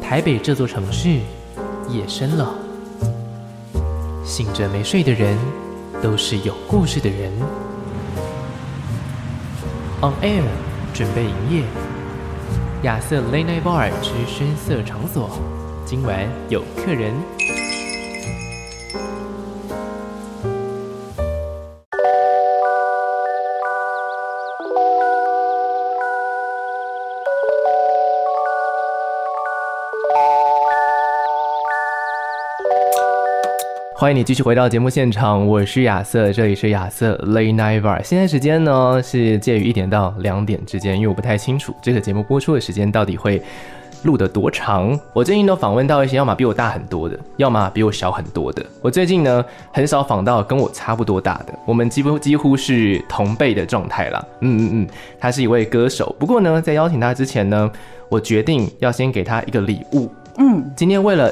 台北这座城市夜深了，醒着没睡的人都是有故事的人。On Air 准备营业，亚瑟 Late Night Bar 之深色场所，今晚有客人。欢迎你继续回到节目现场，我是亚瑟，这里是亚瑟 Late Night Bar。现在时间呢是介于1点到2点之间，因为我不太清楚这个节目播出的时间到底会录得多长。我最近都访问到一些要么比我大很多的，要么比我小很多的。我最近呢很少访到跟我差不多大的，我们几乎是同辈的状态啦。他是一位歌手，不过呢在邀请他之前呢，我决定要先给他一个礼物。今天为了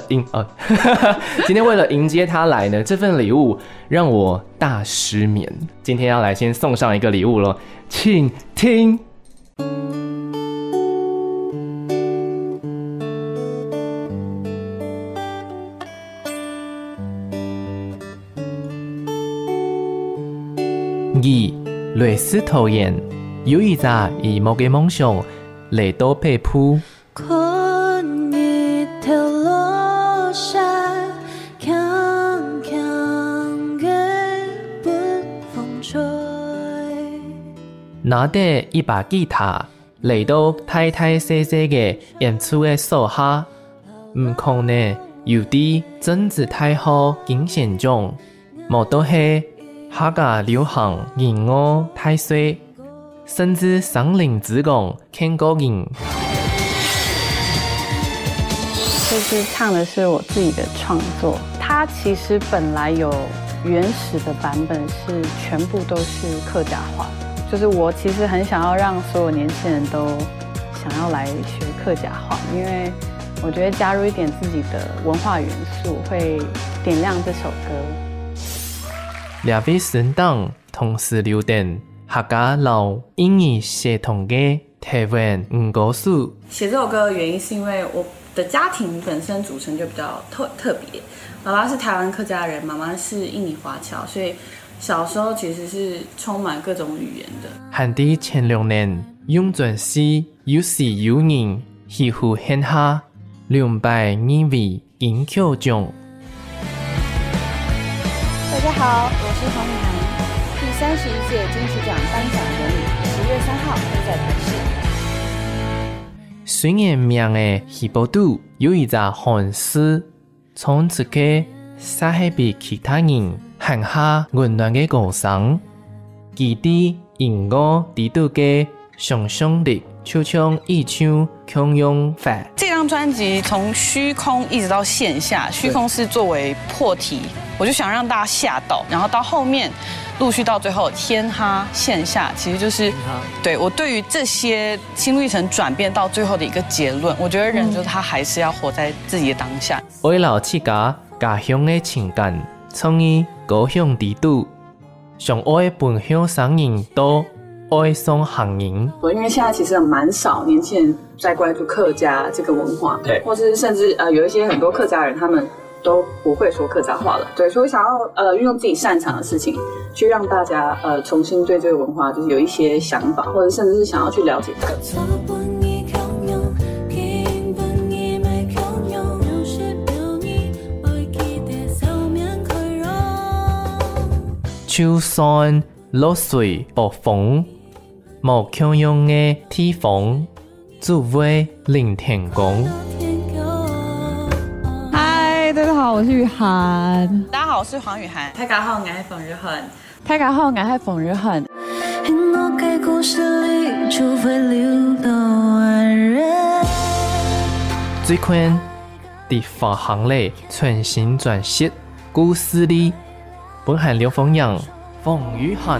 迎接他来呢，这份礼物让我大失眠。今天要来先送上一个礼物咯，请听。二类似讨厌，有一个异梦的梦想来到佩普。拿着一把吉他嚟到大大細細嘅演出嘅數下，唔空呢有啲政治太好景象中，無都係客家流行音樂太衰，甚至上林子講看過人。 这支唱的是我自己的创作，它其实本来有原始的版本是全部都是客家话。就是我其实很想要让所有年轻人都想要来学客家话，因为我觉得加入一点自己的文化元素会点亮这首歌。 两位神党同时留电客家老英语系统的台湾歌数。 写这首歌的原因是因为我的家庭本身组成就比较特别，爸爸是台湾客家人，妈妈是印尼华侨，所以小时候其实是充满各种语言的。 汉地前2年用盡詩有時有人喜歡獻下2百2位金曲獎。 大家好，我是黃雨涵，第31屆金曲獎頒獎典禮10月3號會在台視。 雖然名嘅喜報度有一個漢詩，從此個撒係比其他人喊下溫暖的歌聲，基地音樂地度的想象力，就像一場強用法。 这张专辑从虚空一直到线下，虚空是作为破题，我就想让大家吓到，然后到后面陆续到最后天哈线下，其实就是对我对于这些心路历程转变到最后的一个结论。我觉得人就是他还是要活在自己的当下， 為了自家家鄉的情感，創意高雄地度，想愛分享聲音到愛上行人。 因为现在其实蛮少年轻人在关注客家这个文化， 对， 或是甚至有一些很多客家人他们都不会说客家话了，对，所以我想要运用自己擅长的事情，去让大家重新对这个文化就是有一些想法，或者甚至是想要去了解这个。 就算落水暴風，無強用的地方，只為零天公。 嗨，大家好，我是雨涵。 大家好，我是黃雨涵。 大家好，我係馮雨涵。 大家好，我係馮雨涵。 最近在發行了全新專輯《故事裡》，本係劉鳳陽、馮雨涵。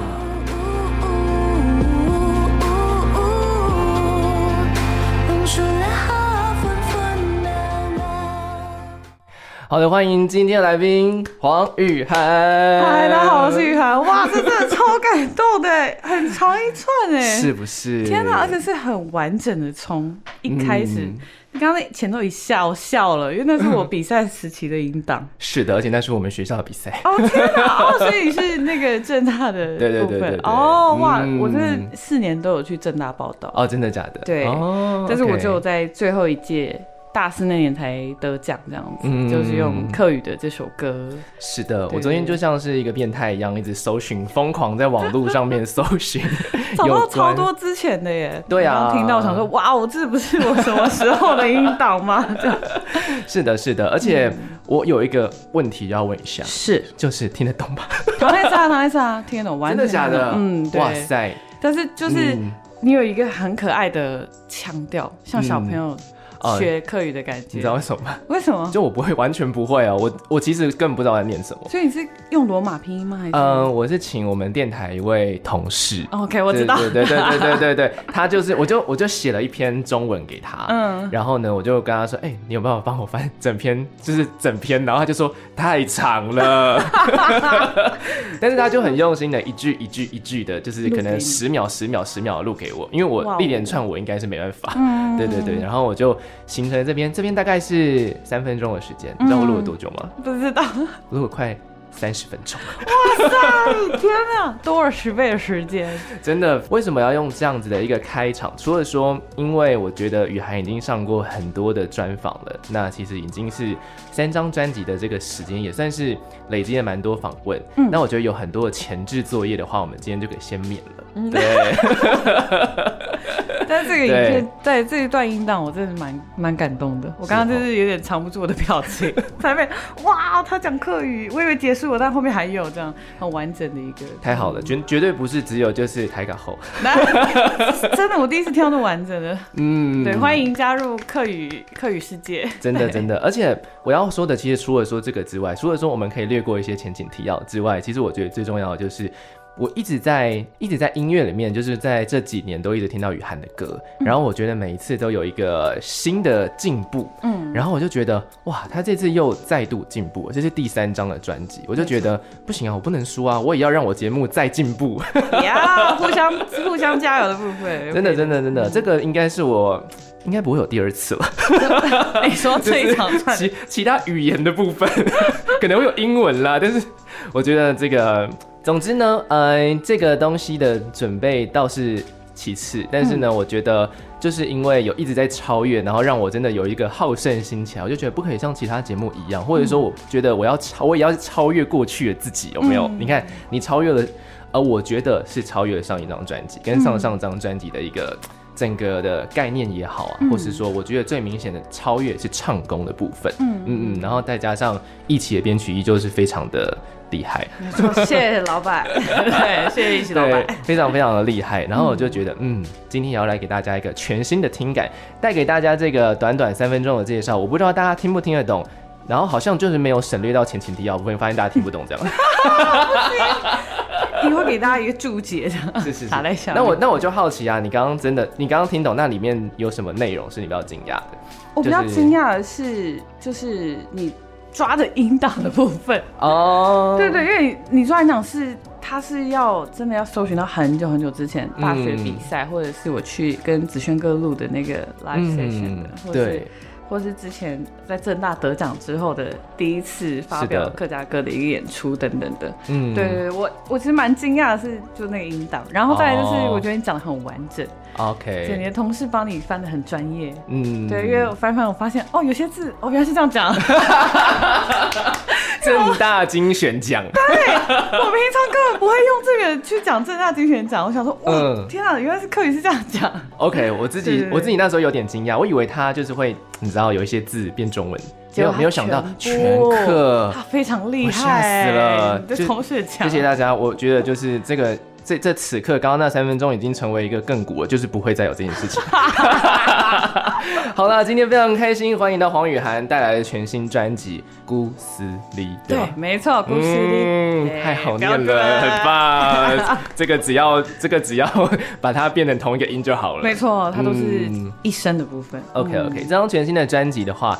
好的，欢迎今天的来宾黄宇涵。 嗨，大家好，我是宇涵。哇，这真的超感动的，很长一串哎， 是不是？ 天哪，而且是很完整的，从一开始。你刚刚那前奏一下，我笑了，因为那是我比赛时期的音档。 是的，而且那是我们学校的比赛。 哦天哪！哦，所以是那个政大的部分。对。哦哇，我这4年都有去政大报道。 哦，真的假的？ 对。哦。但是我只有在最后一届大4那年才得奖，这样子，就是用客语的这首歌。 是的，我昨天就像是一个变态一样，一直搜寻，疯狂在网络上面搜寻， 找到超多之前的耶。 对啊， 听到我想说，哇，这不是我什么时候的音档吗？ 是的，是的，而且我有一个问题要问一下，就是听得懂吗？ 唐爱莎，听得懂，完全真的假的？ 对。 哇塞！ 但是就是你有一个很可爱的腔调，像小朋友学客语的感觉。 你知道为什么吗？ 为什么？ 就我不会，完全不会啊！我其实根本不知道在念什么。 所以你是用罗马拼音吗？还是？ 我是请我们电台一位同事。 OK， 我知道。 对，他就是我就写了一篇中文给他。然后呢，我就跟他说，你有办法帮我翻整篇，就是整篇？然后他就说太长了。但是他就很用心的一句的，就是可能10秒的录给我，因为我一连串我应该是没办法。对，然后我就形成了这边大概是3分钟的时间。你知道我录了多久吗？ 不知道， 我录了快30分钟。 哇塞，天哪，多了10倍的时间。 真的，为什么要用这样子的一个开场？除了说，因为我觉得宇涵已经上过很多的专访了，那其实已经是3张专辑的这个时间，也算是累积了蛮多访问。那我觉得有很多的前置作业的话，我们今天就可以先免了。对。 但这个影片在这一段音档，我真的蛮感动的。我刚刚就是有点藏不住我的表情，才被哇，他讲客语，我以为结束了，但后面还有这样很完整的一个。 太好了，绝对不是只有就是台港后。 真的，我第一次听到那么完整的。对，欢迎加入客语世界。 真的，而且我要说的，其实除了说这个之外，除了说我们可以略过一些前情提要之外，其实我觉得最重要的就是。我一直在音乐里面，就是在这几年都一直听到宇涵的歌，然后我觉得每一次都有一个新的进步，然后我就觉得哇，他这次又再度进步了，这是第3张的专辑，我就觉得不行啊，我不能输啊，我也要让我节目再进步， 呀，互相加油的部分， 真的，这个应该是我。应该不会有第2次了。 你说这一场串其他语言的部分可能会有英文啦，但是我觉得这个，总之呢，这个东西的准备倒是其次，但是呢，我觉得就是因为有一直在超越，然后让我真的有一个好胜心起来，我就觉得不可以像其他节目一样，或者说我觉得我也要超越过去的自己，有没有？你看你超越了，我觉得是超越了上一张专辑跟上张专辑的一个。整个的概念也好啊，或是说，我觉得最明显的超越是唱功的部分，然后再加上一起的编曲依旧是非常的厉害。 没错，谢谢老板，对，谢谢一起老板， 非常非常的厉害。然后我就觉得，今天也要来给大家一个全新的听感，带给大家这个短短3分钟的介绍。我不知道大家听不听得懂，然后好像就是没有省略到前情提要部分，发现大家听不懂这样。 你会给大家一个注解的， 是打在下面。 那我就好奇啊，你刚刚听懂，那里面有什么内容是你比较惊讶的？ 我比较惊讶的是，就是你抓的音档的部分哦。对，因为你抓音档他是真的要搜寻到很久之前大学比赛，或者是我去跟子轩哥录的那个 live session 的，对。或是之前在政大得奖之后的第一次发表客家歌的一个演出等等的，对，我其实蛮惊讶的是，就那个音档，然后再来就是我觉得你讲得很完整 ，OK， 对，你的同事帮你翻得很专业，对，因为我翻我发现有些字原来是这样讲， 政大精选奖， 对，我平常根本不会用这个去讲政大精选奖，我想说哇，天啊，原来是客语是这样讲 ，OK， 我自己那时候有点惊讶，我以为他就是会。你知道有一些字变中文，没有想到全课， 他非常厉害， 吓死了！ 你的同事讲， 谢谢大家。我觉得就是这个这此刻刚刚那3分钟已经成为一个亘古了，就是不会再有这件事情。好啦，今天非常开心，欢迎到黄宇涵带来的全新专辑《孤思丽》， 对，没错，《孤思丽》 太好念了，很棒。这个只要把它变成同一个音就好了。 没错，它都是一声的部分。 OK， 这张全新的专辑的话。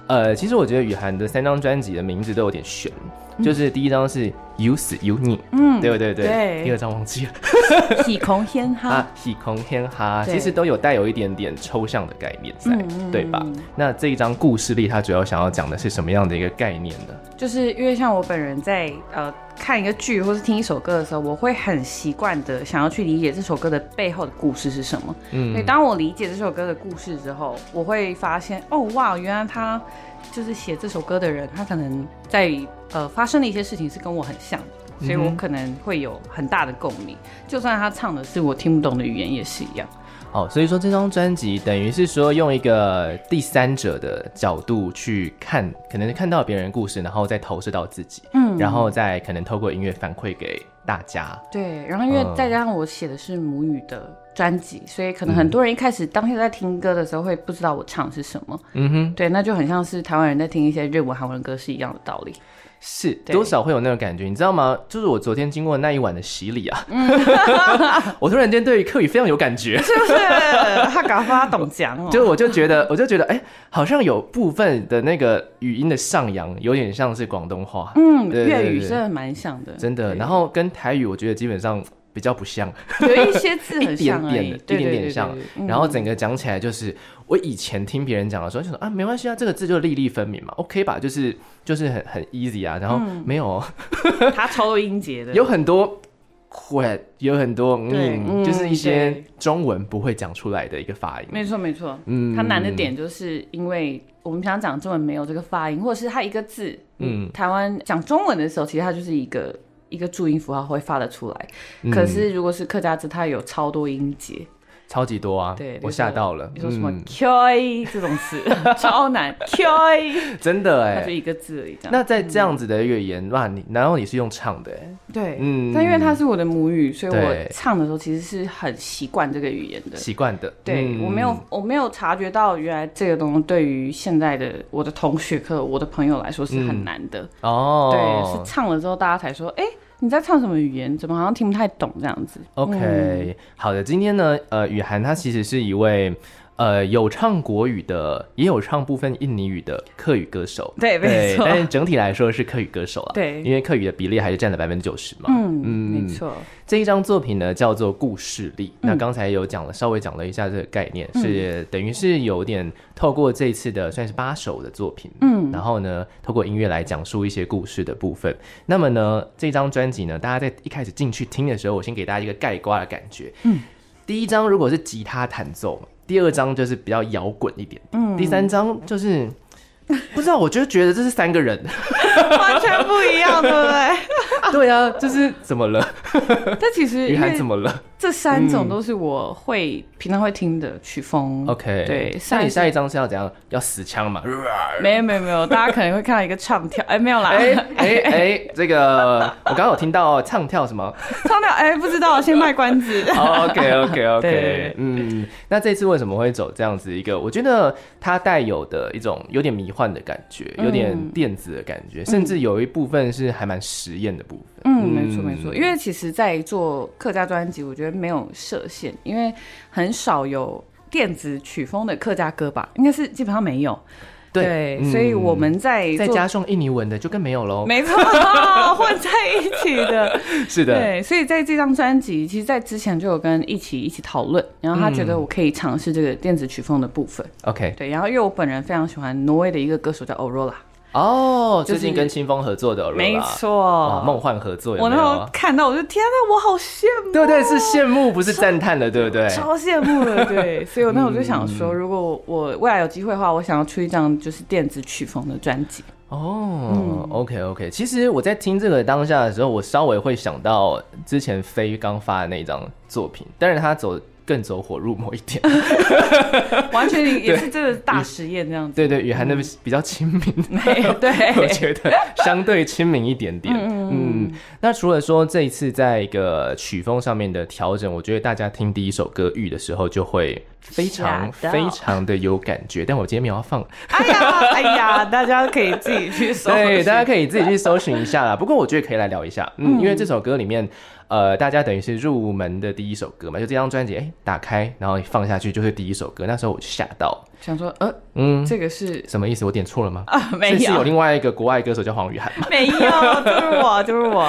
其实我觉得雨涵的3张专辑的名字都有点悬，就是第一张是有死有你，对不对？对。第二张忘记了， 喜空天哈， 喜空天哈，其实都有带有一点点抽象的概念在，对吧？那这一张故事力，它主要想要讲的是什么样的一个概念呢？ 就是因为像我本人在看一个剧或是听一首歌的时候，我会很习惯的想要去理解这首歌的背后的故事是什么。所以当我理解这首歌的故事之后，我会发现，哦哇，原来他就是写这首歌的人，他可能在发生的一些事情是跟我很像的，所以我可能会有很大的共鸣，就算他唱的是我听不懂的语言也是一样。 所以说这张专辑等于是说用一个第三者的角度去看，可能看到别人的故事，然后再投射到自己，然后再可能透过音乐反馈给大家。 对，然后因为再加上我写的是母语的专辑，所以可能很多人一开始当下在听歌的时候会不知道我唱的是什么。对，那就很像是台湾人在听一些日文、韩文歌是一样的道理。 是多少会有那种感觉，你知道吗？就是我昨天经过那一晚的洗礼啊，我突然间对客语非常有感觉， 是不是？他搞发懂讲哦， 就我就觉得，好像有部分的那个语音的上扬，有点像是广东话， 粤语真的蛮像的， 真的。然后跟台语，我觉得基本上比较不像， 有一些字很像而已， 一点点像。然后整个讲起来就是，我以前听别人讲的时候就说啊，没关系啊，这个字就粒粒分明嘛 ，OK 吧？就是很 easy 啊。然后没有， 他超音节的， 有很多会，有很多就是一些中文不会讲出来的一个发音。没错没错，它难的点就是因为我们平常讲中文没有这个发音，或者是它一个字，台湾讲中文的时候，其实它就是一个注音符号会发得出来，可是如果是客家字，它有超多音节， 超级多啊！ 对， 我吓到了。 你说什么 “q” 这种词超难 ，“q” 真的哎， 它就一个字而已。 那在这样子的语言，然后你是用唱的哎？ 对，但因为它是我的母语，所以我唱的时候其实是很习惯这个语言的， 习惯的。 对，我没有察觉到原来这个东西对于现在的我的同学课、我的朋友来说是很难的哦。对，是唱了之后大家才说，哎。你在唱什么语言？怎么好像听不太懂这样子 ？OK，好的，今天呢，雨涵她其实是一位有唱国语的，也有唱部分印尼语的客语歌手。 对，没错。 但是整体来说是客语歌手啦。 对， 因为客语的比例还是占了90%嘛。 没错。 这一张作品呢叫做《故事力》，那刚才有讲了，稍微讲了一下这个概念，是等于是有点透过这一次的算是8首的作品，然后呢透过音乐来讲述一些故事的部分。那么呢这张专辑呢，大家在一开始进去听的时候，我先给大家一个概括的感觉。第一张如果是吉他弹奏，第二张就是比较摇滚一点，第三张就是不知道，我就觉得这是3个人， 完全不一样，对不对？ 对啊，就是怎么了？ 但其实雨涵怎么了？ 这3种都是我平常会听的曲风。 OK， 对。那你下一张是要怎样？要死腔嘛？ 没有，大家可能会看到一个唱跳，没有啦。 这个我刚刚有听到唱跳什么？ 唱跳不知道，先卖关子。 OK， 那这次为什么会走这样子一个？我觉得它带有的一种有点迷幻的感觉，有点电子的感觉，甚至有一部分是还蛮实验的部分。 没错，因为其实在做客家专辑，我觉得没有设限，因为很少有电子曲风的客家歌吧，应该是基本上没有。对，所以我们再加上印尼文的就更没有咯。 没错，混在一起的。 是的， 对，所以在这张专辑，其实在之前就有跟一起讨论，然后他觉得我可以尝试这个电子曲风的部分。 OK， 对，然后因为我本人非常喜欢挪威的一个歌手叫 Aurora。 最近跟清风合作的 Aurora， 没错， 梦幻合作有没有？ 我那时候看到，我就天哪，我好羡慕。 对，是羡慕，不是赞叹的，对不对？ 超羡慕的，对。所以我那时候就想说，如果我未来有机会的话，我想要出一张就是电子曲风的专辑。 OK， 其实我在听这个当下的时候，我稍微会想到之前飞刚发的那张作品，但是他更走火入魔一点， 完全也是这个大实验这样子。 对，雨涵的比较亲民， 对， 我觉得相对亲民一点点。那除了说这一次在一个曲风上面的调整，我觉得大家听第一首歌《玉》的时候就会非常的有感觉，但我今天没有要放。 哎呀，大家可以自己去搜， 对，大家可以自己去搜寻一下啦。不过我觉得可以来聊一下，因为这首歌里面。 大家等于是入门的第一首歌嘛，就这张专辑打开然后放下去就是第一首歌，那时候我就吓到， 想说这个是什么意思？我点错了吗？ 没有， 是有另外一个国外歌手叫黄宇涵吗？ 没有，就是我。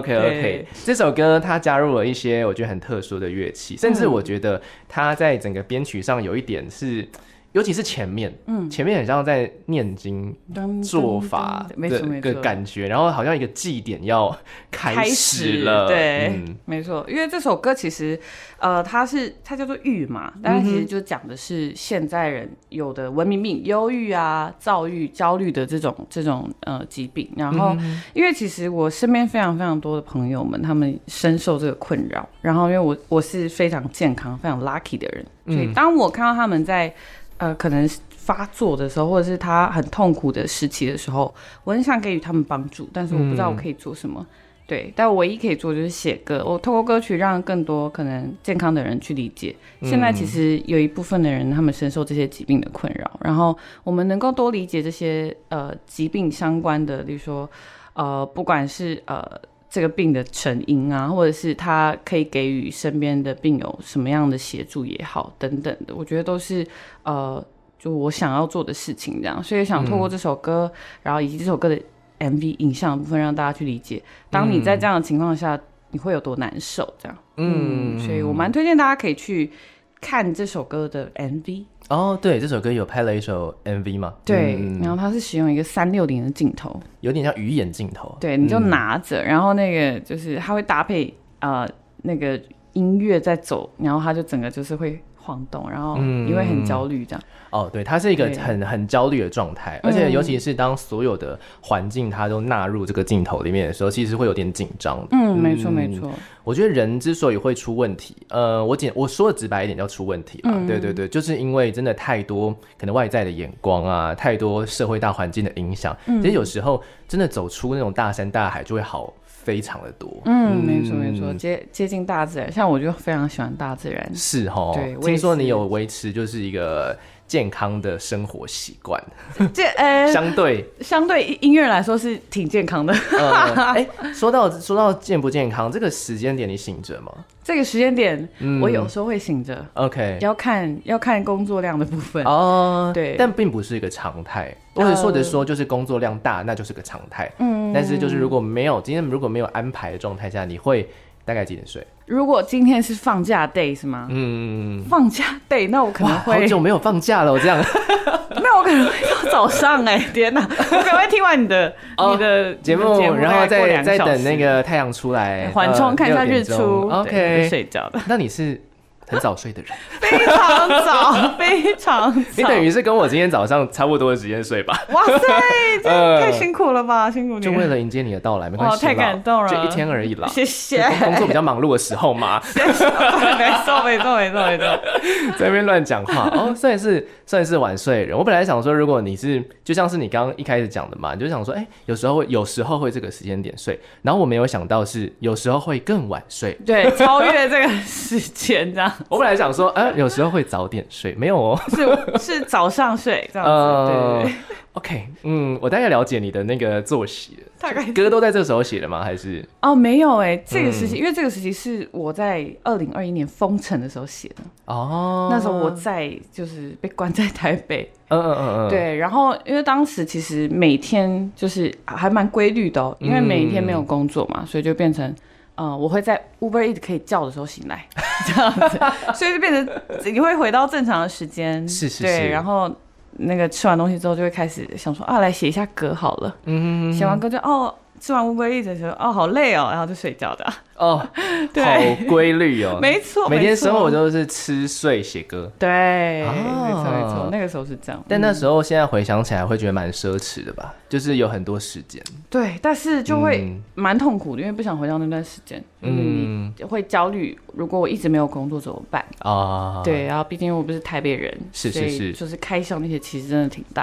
OK， 这首歌它加入了一些我觉得很特殊的乐器，甚至我觉得它在整个编曲上有一点是。尤其是前面很像在念经做法的感觉，然后好像一个祭典要开始了。 对，没错，因为这首歌其实它叫做郁嘛，但是其实就讲的是现在人有的文明病，忧郁啊、躁郁、焦虑的这种疾病。然后，因为其实我身边非常非常多的朋友们，他们深受这个困扰。然后，因为我是非常健康、非常 lucky 的人，所以当我看到他们在可能发作的时候，或者是他很痛苦的时期的时候，我很想给予他们帮助，但是我不知道我可以做什么。对，但我唯一可以做就是写歌，我透过歌曲让更多可能健康的人去理解。现在其实有一部分的人他们深受这些疾病的困扰，然后我们能够多理解这些疾病相关的，例如说不管是这个病的成因啊，或者是他可以给予身边的病友什么样的协助也好，等等的，我觉得都是就我想要做的事情这样，所以想透过这首歌，然后以及这首歌的 MV 影像的部分，让大家去理解，当你在这样的情况下，你会有多难受这样。所以我蛮推荐大家可以去看这首歌的 MV。 对，这首歌有拍了一首 MV 嘛？ 对，然后它是使用一个360的镜头， 有点像鱼眼镜头。 对，你就拿着，然后那个就是它会搭配那个音乐在走，然后它就整个就是会晃动，然后你会很焦虑这样。 对，它是一个很焦虑的状态，而且尤其是当所有的环境它都纳入这个镜头里面的时候，其实会有点紧张。 没错没错。 我觉得人之所以会出问题，我说的直白一点叫出问题啦。对，就是因为真的太多可能外在的眼光啊，太多社会大环境的影响，其实有时候真的走出那种大山大海就会好非常的多。 没错没错，接近大自然，像我就非常喜欢大自然。 是齁，对，听说你有维持就是一个健康的生活习惯，相对音乐来说是挺健康的。 说到健不健康，这个时间点你醒着吗？ 这个时间点，我有时候会醒着。 OK， 要看工作量的部分。对， 但并不是一个常态，或者说就是工作量大，那就是个常态。但是就是今天如果没有安排的状态下，你会大概几点睡？ 如果今天是放假 day 是吗？放假 day， 那我可能会好久没有放假了，我这样。 那我可能会到早上天哪！我可能会听完你的节目，然后再等那个太阳出来， 缓冲看一下日出 ，OK， 睡觉的。 那你是很早睡的人？ 非常早，非常早。 你等于是跟我今天早上差不多的时间睡吧？ 哇塞，这太辛苦了吧，辛苦你！ 就为了迎接你的到来，没关系， 太感动了， 就一天而已啦。 谢谢。 工作比较忙碌的时候嘛， 没错， 在那边乱讲话。算是晚睡的人。我本来想说，如果你是就像是你刚刚一开始讲的嘛，你就想说，有时候会这个时间点睡，然后我没有想到是有时候会更晚睡， 对，超越这个时间这样。 我本来想说，有时候会早点睡，没有哦， 是早上睡这样子。对。 OK， 我大概了解你的那个作息了。 大概歌都在这时候写的吗？还是没有这个时期，因为这个时期是我在2021年封城的时候写的。那时候我就是被关在台北。对，然后因为当时其实每天就是还蛮规律的因为每一天没有工作嘛，所以就变成我会在 Uber Eats 可以叫的时候醒来，这样子，所以就变成你会回到正常的时间。 是， 对，然后那个吃完东西之后就会开始想说来写一下歌好了。写完歌就吃完Uber Eats的时候好累然后就睡觉的。 对，好规律哦。 没错， 每天生活都是吃睡写歌。 对，没错，那个时候是这样。 但那时候现在回想起来会觉得蛮奢侈的吧，就是有很多时间。 对，但是就会蛮痛苦的，因为不想回到那段时间，你会焦虑，如果我一直没有工作怎么办对，然后毕竟我不是台北人， 是， 就是开销那些其实真的挺大的。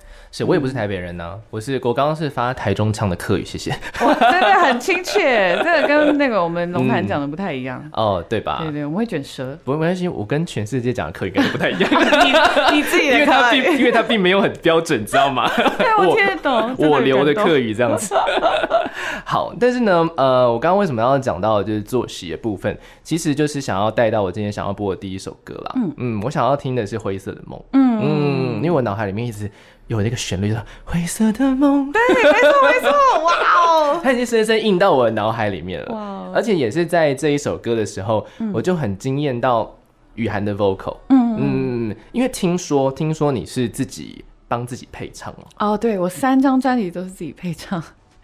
是我也不是台北人啊，我刚刚是发台中腔的客语，谢谢。 哇，真的很亲切，这个跟那个我们龙潭讲的不太一样。 哦，对吧？ 对对，我们会卷舌。 不过没关系，我跟全世界讲的客语感觉不太一样。 你自己的客语，因为它并没有很标准，知道吗？ 对，我听得懂。 我留的客语这样子。好，但是呢，我刚刚为什么要讲到就是作息的部分，其实就是想要带到我今天想要播的第一首歌啦。我想要听的是《灰色的梦》。因为我脑海里面一直有那个旋律，灰色的梦。对， 没错，哇哦， 它已经深深印到我的脑海里面了。哇，而且也是在这一首歌的时候，我就很惊艳到雨涵的 vocal。因为听说你是自己帮自己配唱哦。对，我3张专辑都是自己配唱。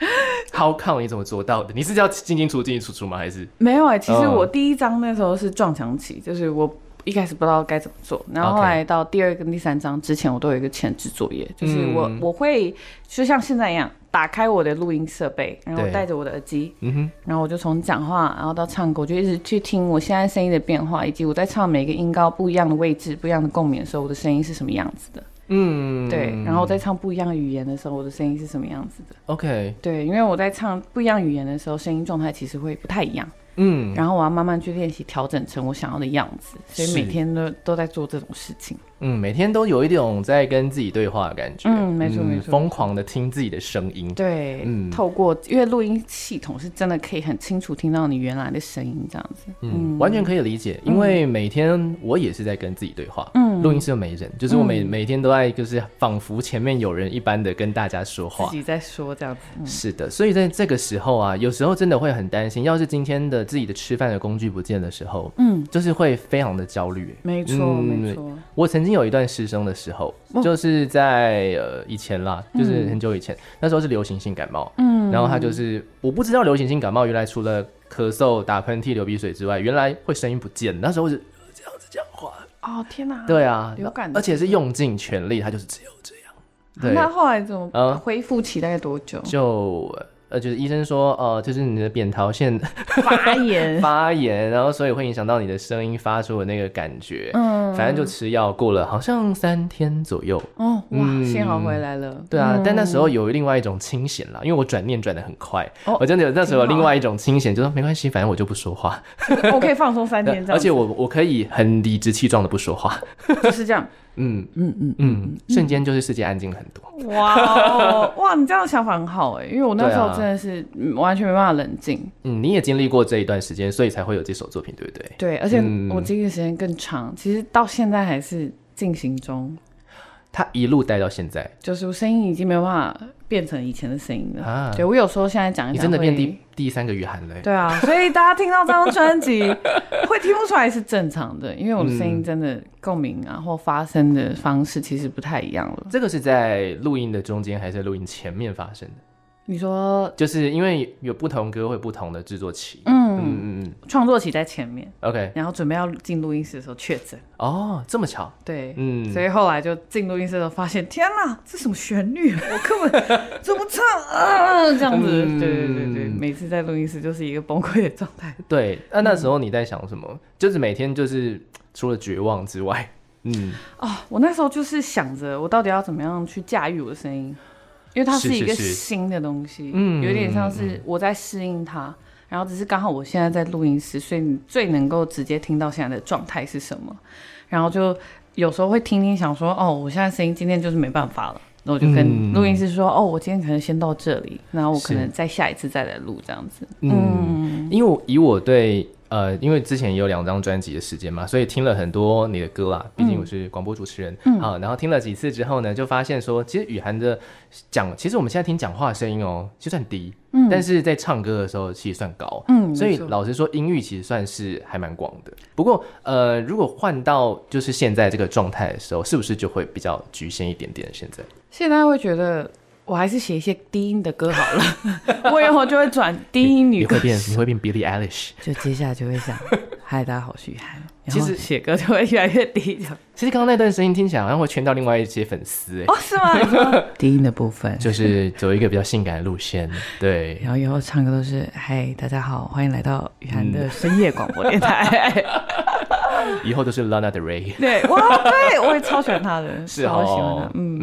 How come 你怎么做到的？你是要进进出出吗？还是没有其实我第一张那时候是撞墙期，就是我一开始不知道该怎么做，然后后来到第2跟第3章之前，我都有一个前置作业，就是我会就像现在一样，打开我的录音设备，然后带着我的耳机，然后我就从讲话，然后到唱歌，我就一直去听我现在声音的变化，以及我在唱每个音高不一样的位置、不一样的共鸣的时候，我的声音是什么样子的。对，然后我在唱不一样的语言的时候，我的声音是什么样子的。 OK， 对，因为我在唱不一样语言的时候，声音状态其实会不太一样。然后我要慢慢去练习调整成我想要的样子，所以每天都在做这种事情。 每天都有一种在跟自己对话的感觉。 没错， 疯狂的听自己的声音。 对，透过因为录音系统是真的可以很清楚听到你原来的声音，这样子。 完全可以理解，因为每天我也是在跟自己对话。录音室又没人，就是我每天都在就是仿佛前面有人一般的跟大家说话， 自己在说这样子。 是的，所以在这个时候啊，有时候真的会很担心，要是今天的自己的吃饭的工具不见的时候，就是会非常的焦虑。 没错，没错。 我曾经有一段失声的时候，就是在以前啦，就是很久以前，那时候是流行性感冒，然后他就是我不知道流行性感冒原来除了咳嗽、打喷嚏、流鼻水之外，原来会声音不见。那时候是这样子讲话。 哦天哪！ 对啊， 流感， 而且是用尽全力，他就是只有这样。对， 那后来怎么恢复期大概多久？ 就是医生说，就是你的扁桃腺发炎，然后所以会影响到你的声音发出的那个感觉。反正就吃药，过了好像3天左右。哇， 幸好回来了。 对啊，但那时候有另外一种清闲啦，因为我转念转得很快，我真的有那时候有另外一种清闲，就说没关系，反正我就不说话， 我可以放松3天这样， 而且我可以很理直气壮的不说话， 就是这样。 瞬间就是世界安静很多。 哇，你这样的想法很好因为我那时候真的是完全没办法冷静。 你也经历过这一段时间，所以才会有这首作品，对不对？ 对，而且我经历的时间更长，其实到现在还是进行中。 他一路带到现在，就是我声音已经没有办法变成以前的声音了。对，我有时候现在讲一讲， 你真的变第3个雨涵了。 对啊，所以大家听到这张专辑会听不出来是正常的，因为我的声音真的共鸣啊或发声的方式其实不太一样了。 这个是在录音的中间还是在录音前面发生的？ 你说就是因为有不同歌会不同的制作期， 创作期在前面 ，OK， 然后准备要进录音室的时候确诊。 这么巧。 对，所以后来就进录音室的时候发现，天哪，这什么旋律我根本怎么唱这样子。对，每次在录音室就是一个崩溃的状态。 对，那时候你在想什么？就是每天就是除了绝望之外， 我那时候就是想着我到底要怎么样去驾驭我的声音。因为它是一个新的东西，有点像是我在适应它，然后只是刚好我现在在录音室，所以你最能够直接听到现在的状态是什么，然后就有时候会听听想说，我现在声音今天就是没办法了，然后我就跟录音师说，我今天可能先到这里，然后我可能再下一次再来录这样子。 因为以我对因为之前也有2张专辑的时间嘛，所以听了很多你的歌啦，毕竟我是广播主持人，然后听了几次之后呢，就发现说，其实雨涵的其实我们现在听讲话的声音就算低，但是在唱歌的时候其实算高，所以老实说音域其实算是还蛮广的。不过如果换到就是现在这个状态的时候，是不是就会比较局限一点点？ 现在会觉得我还是写一些低音的歌好了，我以后就会转低音女歌手， 你会变 Billie Eilish， 就接下来就会想嗨大家好，许涵，其实写歌就会越来越低。 其实刚刚那段声音听起来好像会圈到另外一些粉丝是吗？你说低音的部分就是走一个比较性感的路线，对， 然后以后唱歌都是嗨大家好，欢迎来到雨涵的深夜广播电台。 以后都是 Lana Del Rey。 对，对，我也超喜欢他的， 是超喜欢他。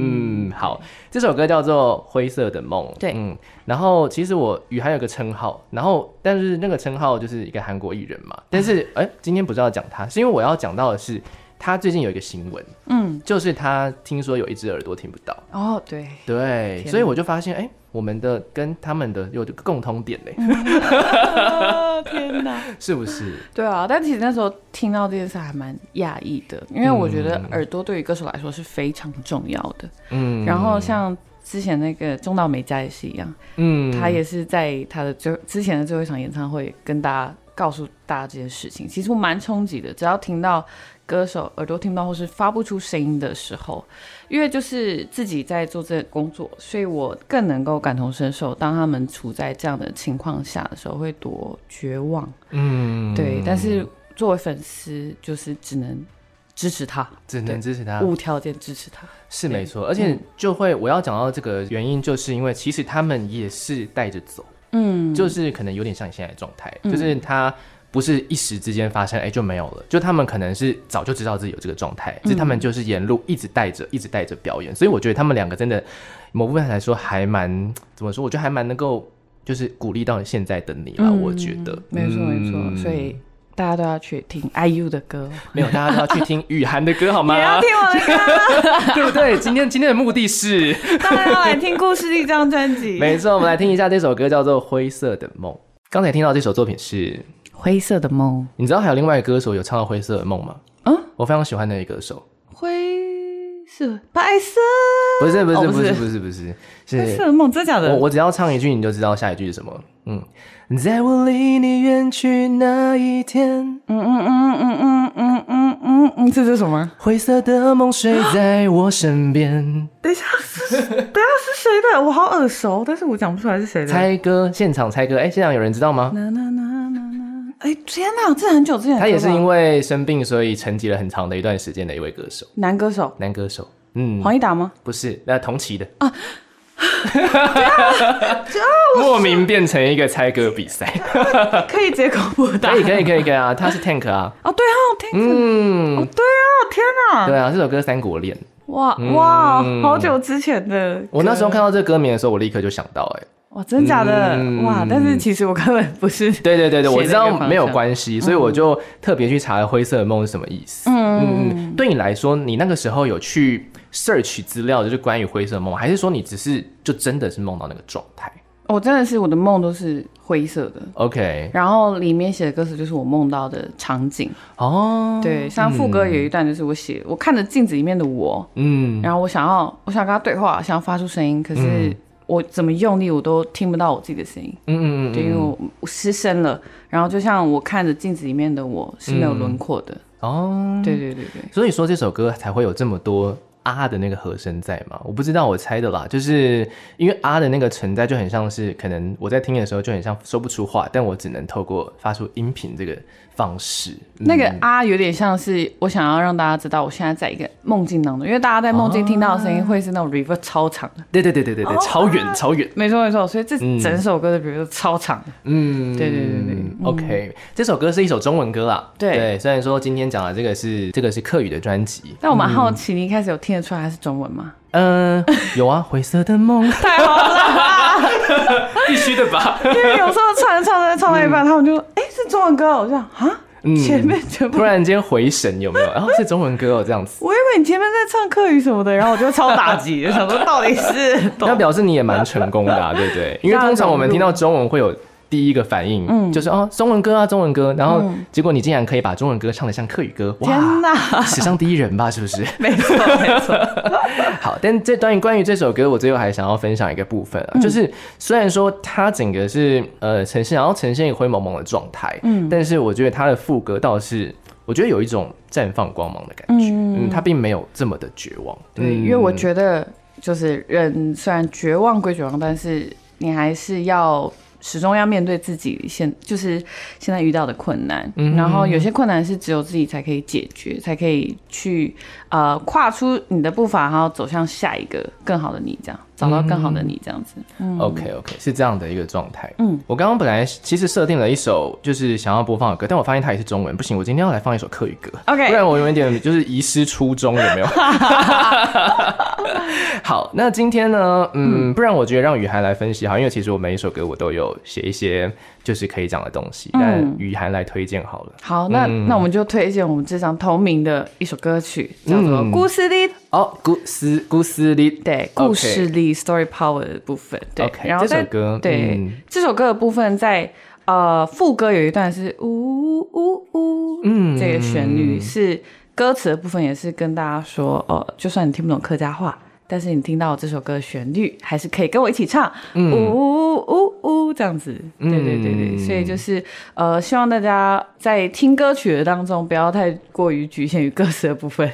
好，这首歌叫做《灰色的梦》。 对， 然后其实我雨涵有个称号，然后但是那个称号就是一个韩国艺人嘛。但是今天不是要讲他，是因为我要讲到的是他最近有一个新闻，就是他听说有一只耳朵听不到。 哦，对， 所以我就发现，我们的跟他们的有共通点嘞。 天哪， 是不是？ 对啊，但其实那时候听到这件事还蛮讶异的，因为我觉得耳朵对于歌手来说是非常重要的。然后像之前那个中岛美嘉也是一样，他也是在他的之前的最后一场演唱会跟告诉大家这件事情，其实我蛮冲击的。只要听到歌手耳朵听不到或是发不出声音的时候，因为就是自己在做这个工作，所以我更能够感同身受，当他们处在这样的情况下的时候会多绝望。对，但是作为粉丝就是只能支持他，无条件支持他， 是没错。而且我要讲到这个原因，就是因为其实他们也是带着走，就是可能有点像你现在的状态，就是他不是一时之间发生，就没有了，就他们可能是早就知道自己有这个状态，是他们就是沿路一直带着表演，所以我觉得他们两个真的某部分来说还蛮怎么说，我觉得还蛮能够就是鼓励到现在的你啦，我觉得没错，所以大家都要去听 IU 的歌， 没有，大家都要去听雨涵的歌好吗？ 也要听我的歌， 对不对？今天的目的是大家要来听故事力这张专辑。 没错，我们来听一下这首歌，叫做《灰色的梦》。刚才听到这首作品是灰色的梦， 你知道还有另外一个歌手有唱到灰色的梦吗？我非常喜欢的一个歌手。 灰色白色不是灰色的梦，真的假的？ 我只要唱一句你就知道下一句是什么。在我离你远去那一天， 这是什么？ 灰色的梦睡在我身边。 等一下是谁的？我好耳熟，但是我讲不出来是谁的。 猜歌，现场猜歌，现场有人知道吗？ 天哪，这很久之前。 他也是因为生病，所以沉寂了很长的一段时间的一位歌手。 男歌手。黄义达吗？ 不是，同期的啊。莫名变成一个猜歌比赛。 可以直接公布答案？ 可以啊，他是 Tank 啊。 哦，对啊 ，Tank。对啊，天哪。 对啊，这首歌《三国恋》。 哇，好久之前的。 我那时候看到这个歌名的时候，我立刻就想到， 哇，真假的？哇！但是其实我根本不是。 对，我知道没有关系，所以我就特别去查了灰色的梦是什么意思。对你来说，你那个时候有去 search 资料，就是关于灰色的梦，还是说你只是就真的是梦到那个状态？ 我真的是我的梦都是灰色的 ，OK。 然后里面写的歌词就是我梦到的场景哦。对，像副歌有一段就是我看着镜子里面的我，然后我想跟他对话，想要发出声音，可是我怎么用力我都听不到我自己的声音，对，因为我失声了。然后就像我看着镜子里面的我是没有轮廓的哦。对， 所以说这首歌才会有这么多的那个和声在嘛？我不知道，我猜的啦，就是因为的那个存在就很像是，可能我在听的时候就很像说不出话，但我只能透过发出音频这个方式。 那个有点像是我想要让大家知道我现在在一个梦境当中，因为大家在梦境听到的声音会是那种 reverb 超长的。对，超远。没错，所以这整首歌的 reverb 超长的。对。 OK， 这首歌是一首中文歌啦。对，虽然说今天讲的这个是客语的专辑， 但我蛮好奇，你一开始有听得出来它是中文吗？ 有啊，灰色的梦。 太好了， 必须的吧？ 因为有时候唱到一半，他们就是中文歌，我就前面全部突然间回神有没有？然后是中文歌这样子。 我以为你前面在唱客语什么的，然后我就超打击，想说到底是那表示你也蛮成功的对不对？因为通常我们听到中文会有第一个反应就是中文歌中文歌，然后结果你竟然可以把中文歌唱得像客语歌，哇！ 天哪， 史上第一人吧，是不是？ 没错。 好，但关于这首歌，我最后还想要分享一个部分就是虽然说它整个是呈现一个灰蒙蒙的状态，但是我觉得它的副歌倒是我觉得有一种绽放光芒的感觉，它并没有这么的绝望。 对，因为我觉得就是人虽然绝望归绝望，但是你还是要始终要面对自己就是现在遇到的困难，然后有些困难是只有自己才可以解决，才可以去跨出你的步伐，然后走向下一个更好的你，这样找到更好的你，这样子。 OK， 是这样的一个状态。我刚刚本来其实设定了一首就是想要播放的歌，但我发现它也是中文，不行，我今天要来放一首客语歌。 OK， 不然我有一点就是遗失初衷，有没有？好，那今天呢，不然我觉得让雨涵来分析好，因为其实我每一首歌我都有写一些就是可以讲的东西，但雨涵来推荐好了。 好，那我们就推荐我们这张同名的一首歌曲，叫做《故事里》。故事里，对，故事里 story power 的部分，对。 Okay, 然后这首歌， 对，这首歌的部分在副歌有一段是呜呜呜，这个旋律是歌词的部分，也是跟大家说，就算你听不懂客家话，但是你听到这首歌的旋律，还是可以跟我一起唱，呜呜呜这样子。对，所以就是希望大家在听歌曲的当中，不要太过于局限于歌词的部分。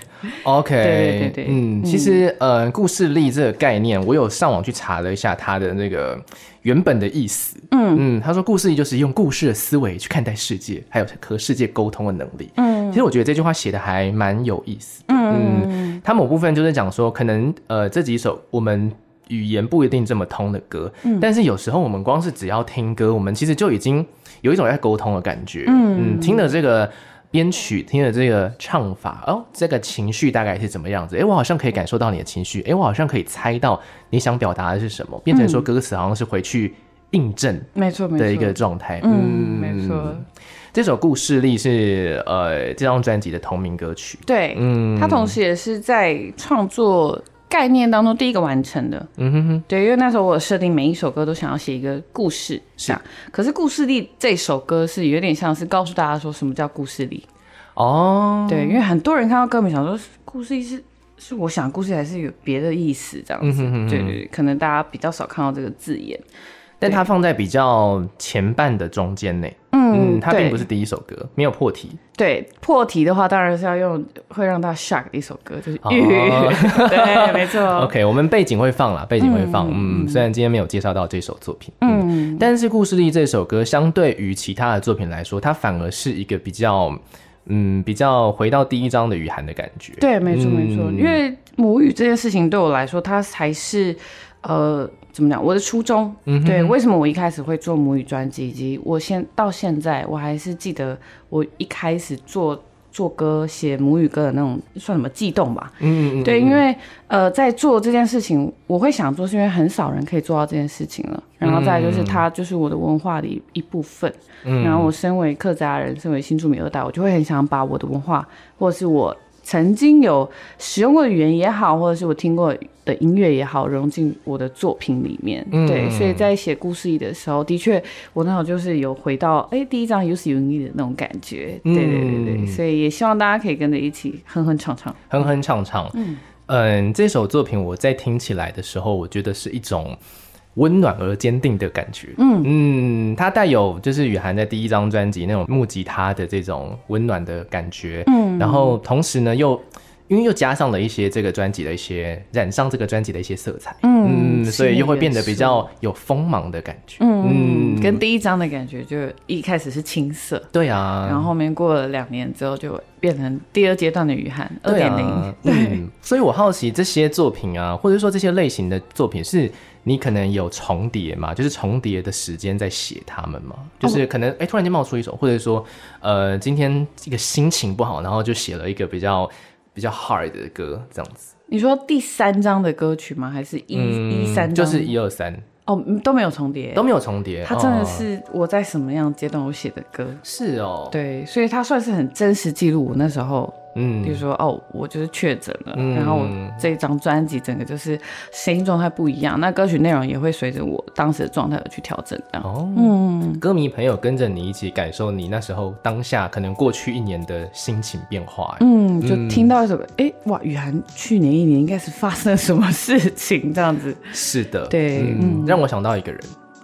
OK， 对， 其实故事力这个概念，我有上网去查了一下它的那个原本的意思。他说故事力就是用故事的思维去看待世界，还有和世界沟通的能力。其实我觉得这句话写的还蛮有意思。它某部分就是讲说，可能这几首我们语言不一定这么通的歌，但是有时候我们光是只要听歌，我们其实就已经有一种在沟通的感觉。听了这个编曲，听了这个唱法，这个情绪大概是怎么样子？我好像可以感受到你的情绪，我好像可以猜到你想表达的是什么，变成说歌词好像是回去印证的一个状态。 没错。 这首《故事力》是这张专辑的同名歌曲。对， 它同时也是在创作概念当中第一个完成的。对，因为那时候我设定每一首歌都想要写一个故事，是。可是《故事力》这首歌是有点像是告诉大家说什么叫故事力。对，因为很多人看到歌名想说故事力是我想故事还是有别的意思这样子。对，可能大家比较少看到这个字眼。 但它放在比较前半的中间内，它并不是第一首歌，没有破题。 对，破题的话当然是要用会让大家 shock 的一首歌，就是对，没错。 OK， 我们背景会放啦，背景会放。虽然今天没有介绍到这首作品，但是《故事力》这首歌相对于其他的作品来说，它反而是一个比较回到第一章的雨涵的感觉。 对，没错。因为母语这件事情对我来说，它才是怎么讲？我的初衷，对，为什么我一开始会做母语专辑，以及我到现在，我还是记得我一开始做歌、写母语歌的那种算什么悸动吧。对，因为在做这件事情，我会想做，是因为很少人可以做到这件事情了。然后再来就是它就是我的文化的一部分。然后我身为客家人，身为新住民二代，我就会很想把我的文化，或者是我曾经有使用过的语言也好，或者是我听过的音乐也好，融进我的作品里面。对，所以在写故事的时候，的确我那时候就是有回到第一张有始有终的那种感觉。对，所以也希望大家可以跟着一起哼哼唱唱。 这首作品我在听起来的时候，我觉得是一种温暖而坚定的感觉。它带有就是雨涵在第一张专辑那种木吉他的这种温暖的感觉。然后同时呢因为又加上了一些这个专辑的一些染上这个专辑的一些色彩。所以又会变得比较有锋芒的感觉。 跟第一张的感觉就一开始是青涩。对啊，然后后面过了2年之后就变成第二阶段的雨涵 2.0。 对，所以我好奇这些作品啊，或者说这些类型的作品是你可能有重叠嘛？就是重叠的时间在写他们嘛？就是可能突然间冒出一首，或者说今天这个心情不好，然后就写了一个比较 hard 的歌这样子。 你说第3章的歌曲吗？还是1、3章？ 就是1、2、3。 都没有重叠，它真的是我在什么样的阶段我写的歌。是哦，对，所以它算是很真实记录我那时候。比如说我就是确诊了，然后我这一张专辑整个就是声音状态不一样，那歌曲内容也会随着我当时的状态而去调整。 歌迷朋友跟着你一起感受你那时候当下可能过去1年的心情变化。 就听到一首哇，雨涵去年1年应该是发生了什么事情这样子。 是的， 对， 让我想到一个人。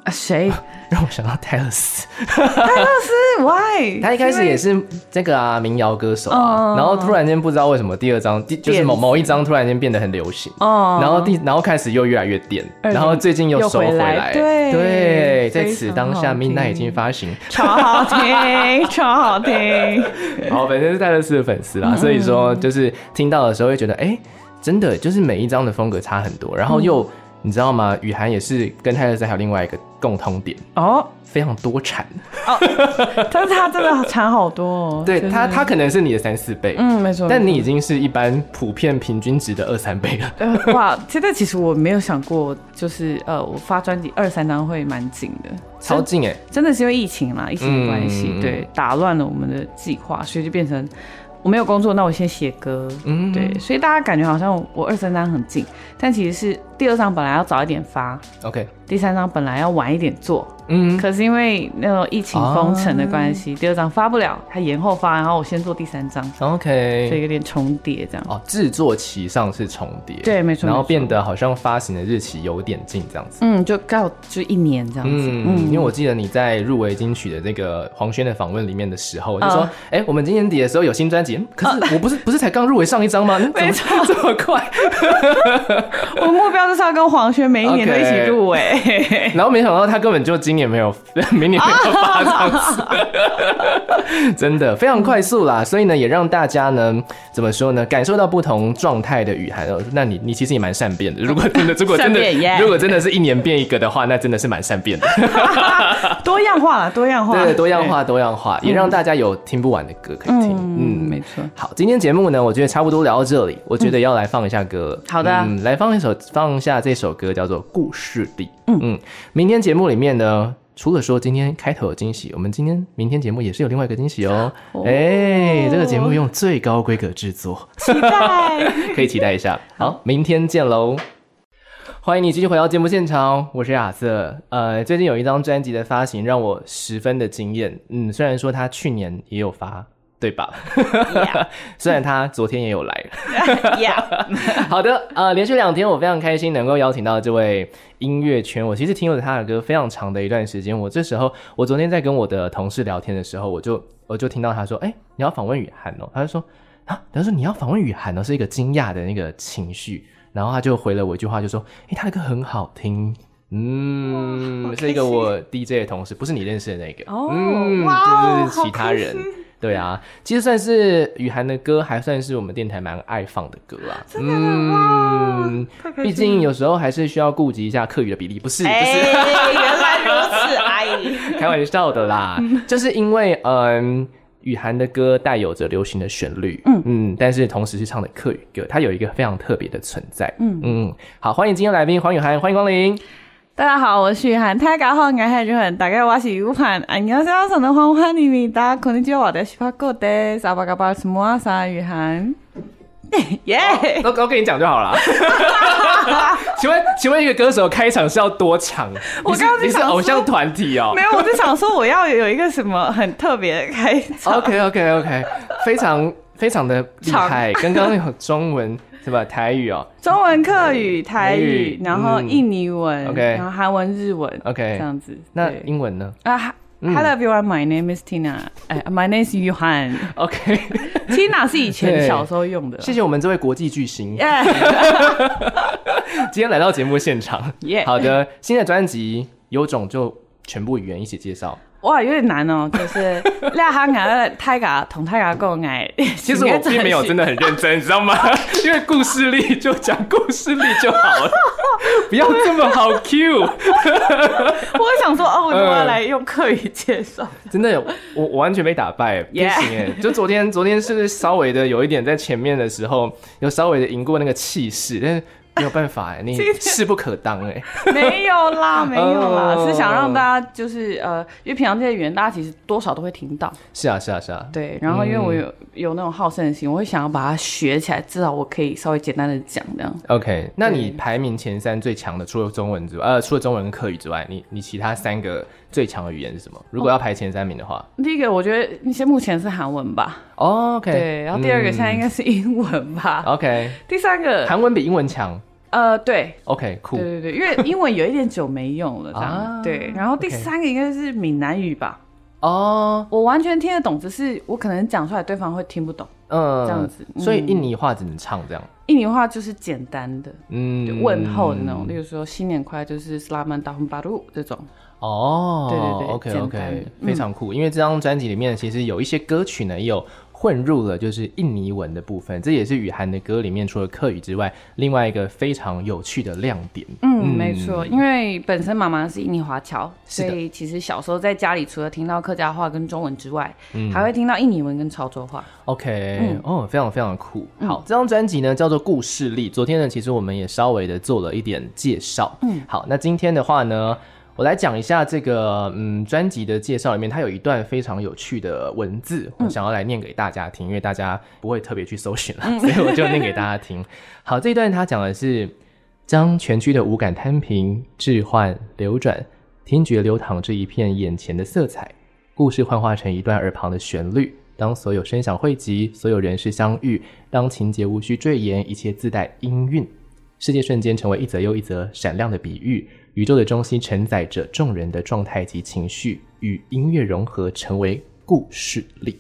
谁？ 让我想到泰勒斯。 泰勒斯 ，Why？ 他一开始也是这个啊民谣歌手啊，然后突然间不知道为什么第二张就是某一张突然间变得很流行，然后开始又越来越电，然后最近又收回来，对，在此当下 Midnight 已经发行， 超好听，超好听。 好，本身是泰勒斯的粉丝啦，所以说就是听到的时候会觉得，真的就是每一张的风格差很多，然后又。你知道吗？雨涵也是跟泰勒斯还有另外一个共通点非常多产但是他真的产好多哦。 对，他可能是你的3-4倍， 没错。 但你已经是一般普遍平均值的2-3倍了。 哇，其实我没有想过，就是我发专辑2-3张会蛮紧的， 超近真的是因为疫情啦，疫情的关系，对，打乱了我们的计划，所以就变成。我没有工作，那我先写歌，对，所以大家感觉好像我2-3张很近，但其实是第2张本来要早一点发 ，OK， 第3张本来要晚一点做，可是因为那种疫情封城的关系，第2张发不了，它延后发，然后我先做第3张 ，OK， 所以有点重叠这样。 制作期上是重叠， 对，没错， 然后变得好像发行的日期有点近这样子， 就刚好就1年这样子， 因为我记得你在入围金曲的那个黄轩的访问里面的时候，我就说，我们今年底的时候有新专辑，可是我不是才刚入围上一张吗？ 没错， 这么快。 我目标就是要跟黄轩每一年都一起入围， 然后没想到他根本就今年没有，明年没有发这样子，真的非常快速啦。所以呢，也让大家呢怎么说呢，感受到不同状态的雨涵。那你其实也蛮善变的。如果真的是1年变一个的话，那真的是蛮善变的。 多样化啦，多样化， 对，多样化，也让大家有听不完的歌可以听。 没错。 好，今天节目呢，我觉得差不多聊到这里，我觉得要来放一下歌。 好的， 来放下这首歌，叫做《故事里》。明天节目里面呢，除了说今天开头有惊喜，我们明天节目也是有另外一个惊喜哦。这个节目用最高规格制作， 期待， 可以期待一下。好，明天见喽。欢迎你继续回到节目现场，我是亚瑟。最近有一张专辑的发行让我十分的惊艳。虽然说他去年也有发，对吧？ Yeah. 虽然他昨天也有来。Yeah. 好的，连续2天我非常开心能够邀请到这位音乐圈，我其实听了他的歌非常长的一段时间。我昨天在跟我的同事聊天的时候，我就听到他说：“你要访问雨涵哦。”他就说：“你要访问雨涵哦，是一个惊讶的那个情绪。”然后他就回了我一句话，就说：“他的歌很好听。”是一个我 DJ 的同事，不是你认识的那个。就是其他人。对啊，其实算是雨涵的歌，还算是我们电台蛮爱放的歌啦。 真的毕竟有时候还是需要顾及一下客语的比例，不是？ 原来如此， 开玩笑的啦。就是因为雨涵的歌带有着流行的旋律，但是同时是唱的客语歌，它有一个非常特别的存在。好，欢迎今天来宾黄雨涵，欢迎光临。 大家好，我是雨涵。大家好，大家我是雨涵。안녕하세요，저는 황환입니다。こんにちは，私はこです。아바가바스모아사雨涵。耶！ 都跟你讲就好了。请问一个歌手开场是要多长？你是偶像团体哦？ 没有，我就想说我要有一个什么很特别的开场。 OK， 非常的厉害。刚刚有中文。是吧？台语哦， 中文、客语、台语，然后印尼文 ，OK， 然后韩文、日文 ，OK， 这样子。 那英文呢 ？Hello everyone, my name is Tina. My name is Yuhan. OK， Tina 是以前小时候用的。 谢谢我们这位国际巨星。今天来到节目现场。好的，新的专辑有种就全部语言一起介绍。 哇，有点难哦，就是俩哈牙泰嘎同泰嘎够矮。 其实我并没有真的很认真，你知道吗？因为故事力就讲故事力就好了，不要这么好 Q。 我想说，我要来用客语介绍。 真的，我完全被打败，不行哎！就昨天是不是稍微的有一点在前面的时候，有稍微的赢过那个气势，但是。没有办法你势不可当没有啦，是想让大家就是因为平常这些语言大家其实多少都会听到。 是啊。 对，然后因为我有那种好胜心，我会想要把它学起来，至少我可以稍微简单的讲这样。 OK， 那你排名前3最强的，除了中文跟客语之外，你其他3个最强的语言是什么？如果要排前3名的话， 第一个我觉得目前是韩文吧。 OK， 对，然后第2个现在应该是英文吧。 OK， 第3个韩文比英文强。 对 ，OK， 酷， 对对对，因为英文有一点久没用了，这样对。然后第3个应该是闽南语吧？哦，我完全听得懂，只是我可能讲出来对方会听不懂，这样子。 所以印尼话只能唱这样。 印尼话就是简单的，问候的那种，例如说新年快乐就是 Selamat Tahun Baru 这种。 哦， 对对对 ，OK， 非常酷。因为这张专辑里面其实有一些歌曲呢，也有混入了就是印尼文的部分，这也是雨涵的歌里面除了客语之外，另外一个非常有趣的亮点。 没错，因为本身妈妈是印尼华侨，所以其实小时候在家里除了听到客家话跟中文之外，还会听到印尼文跟潮州话。 OK，非常非常的酷。好，这张专辑呢叫做《故事力》，昨天呢其实我们也稍微的做了一点介绍。好，那今天的话呢，我来讲一下这个专辑的介绍里面，它有一段非常有趣的文字，我想要来念给大家听，因为大家不会特别去搜寻了，所以我就念给大家听。好，这一段它讲的是将全区的五感摊平、置换、流转，听觉流淌这一片眼前的色彩，故事幻化成一段耳旁的旋律。当所有声响汇集，所有人事相遇，当情节无需赘言，一切自带音韵，世界瞬间成为一则又一则闪亮的比喻。宇宙的中心承载着众人的状态及情绪，与音乐融合，成为故事力。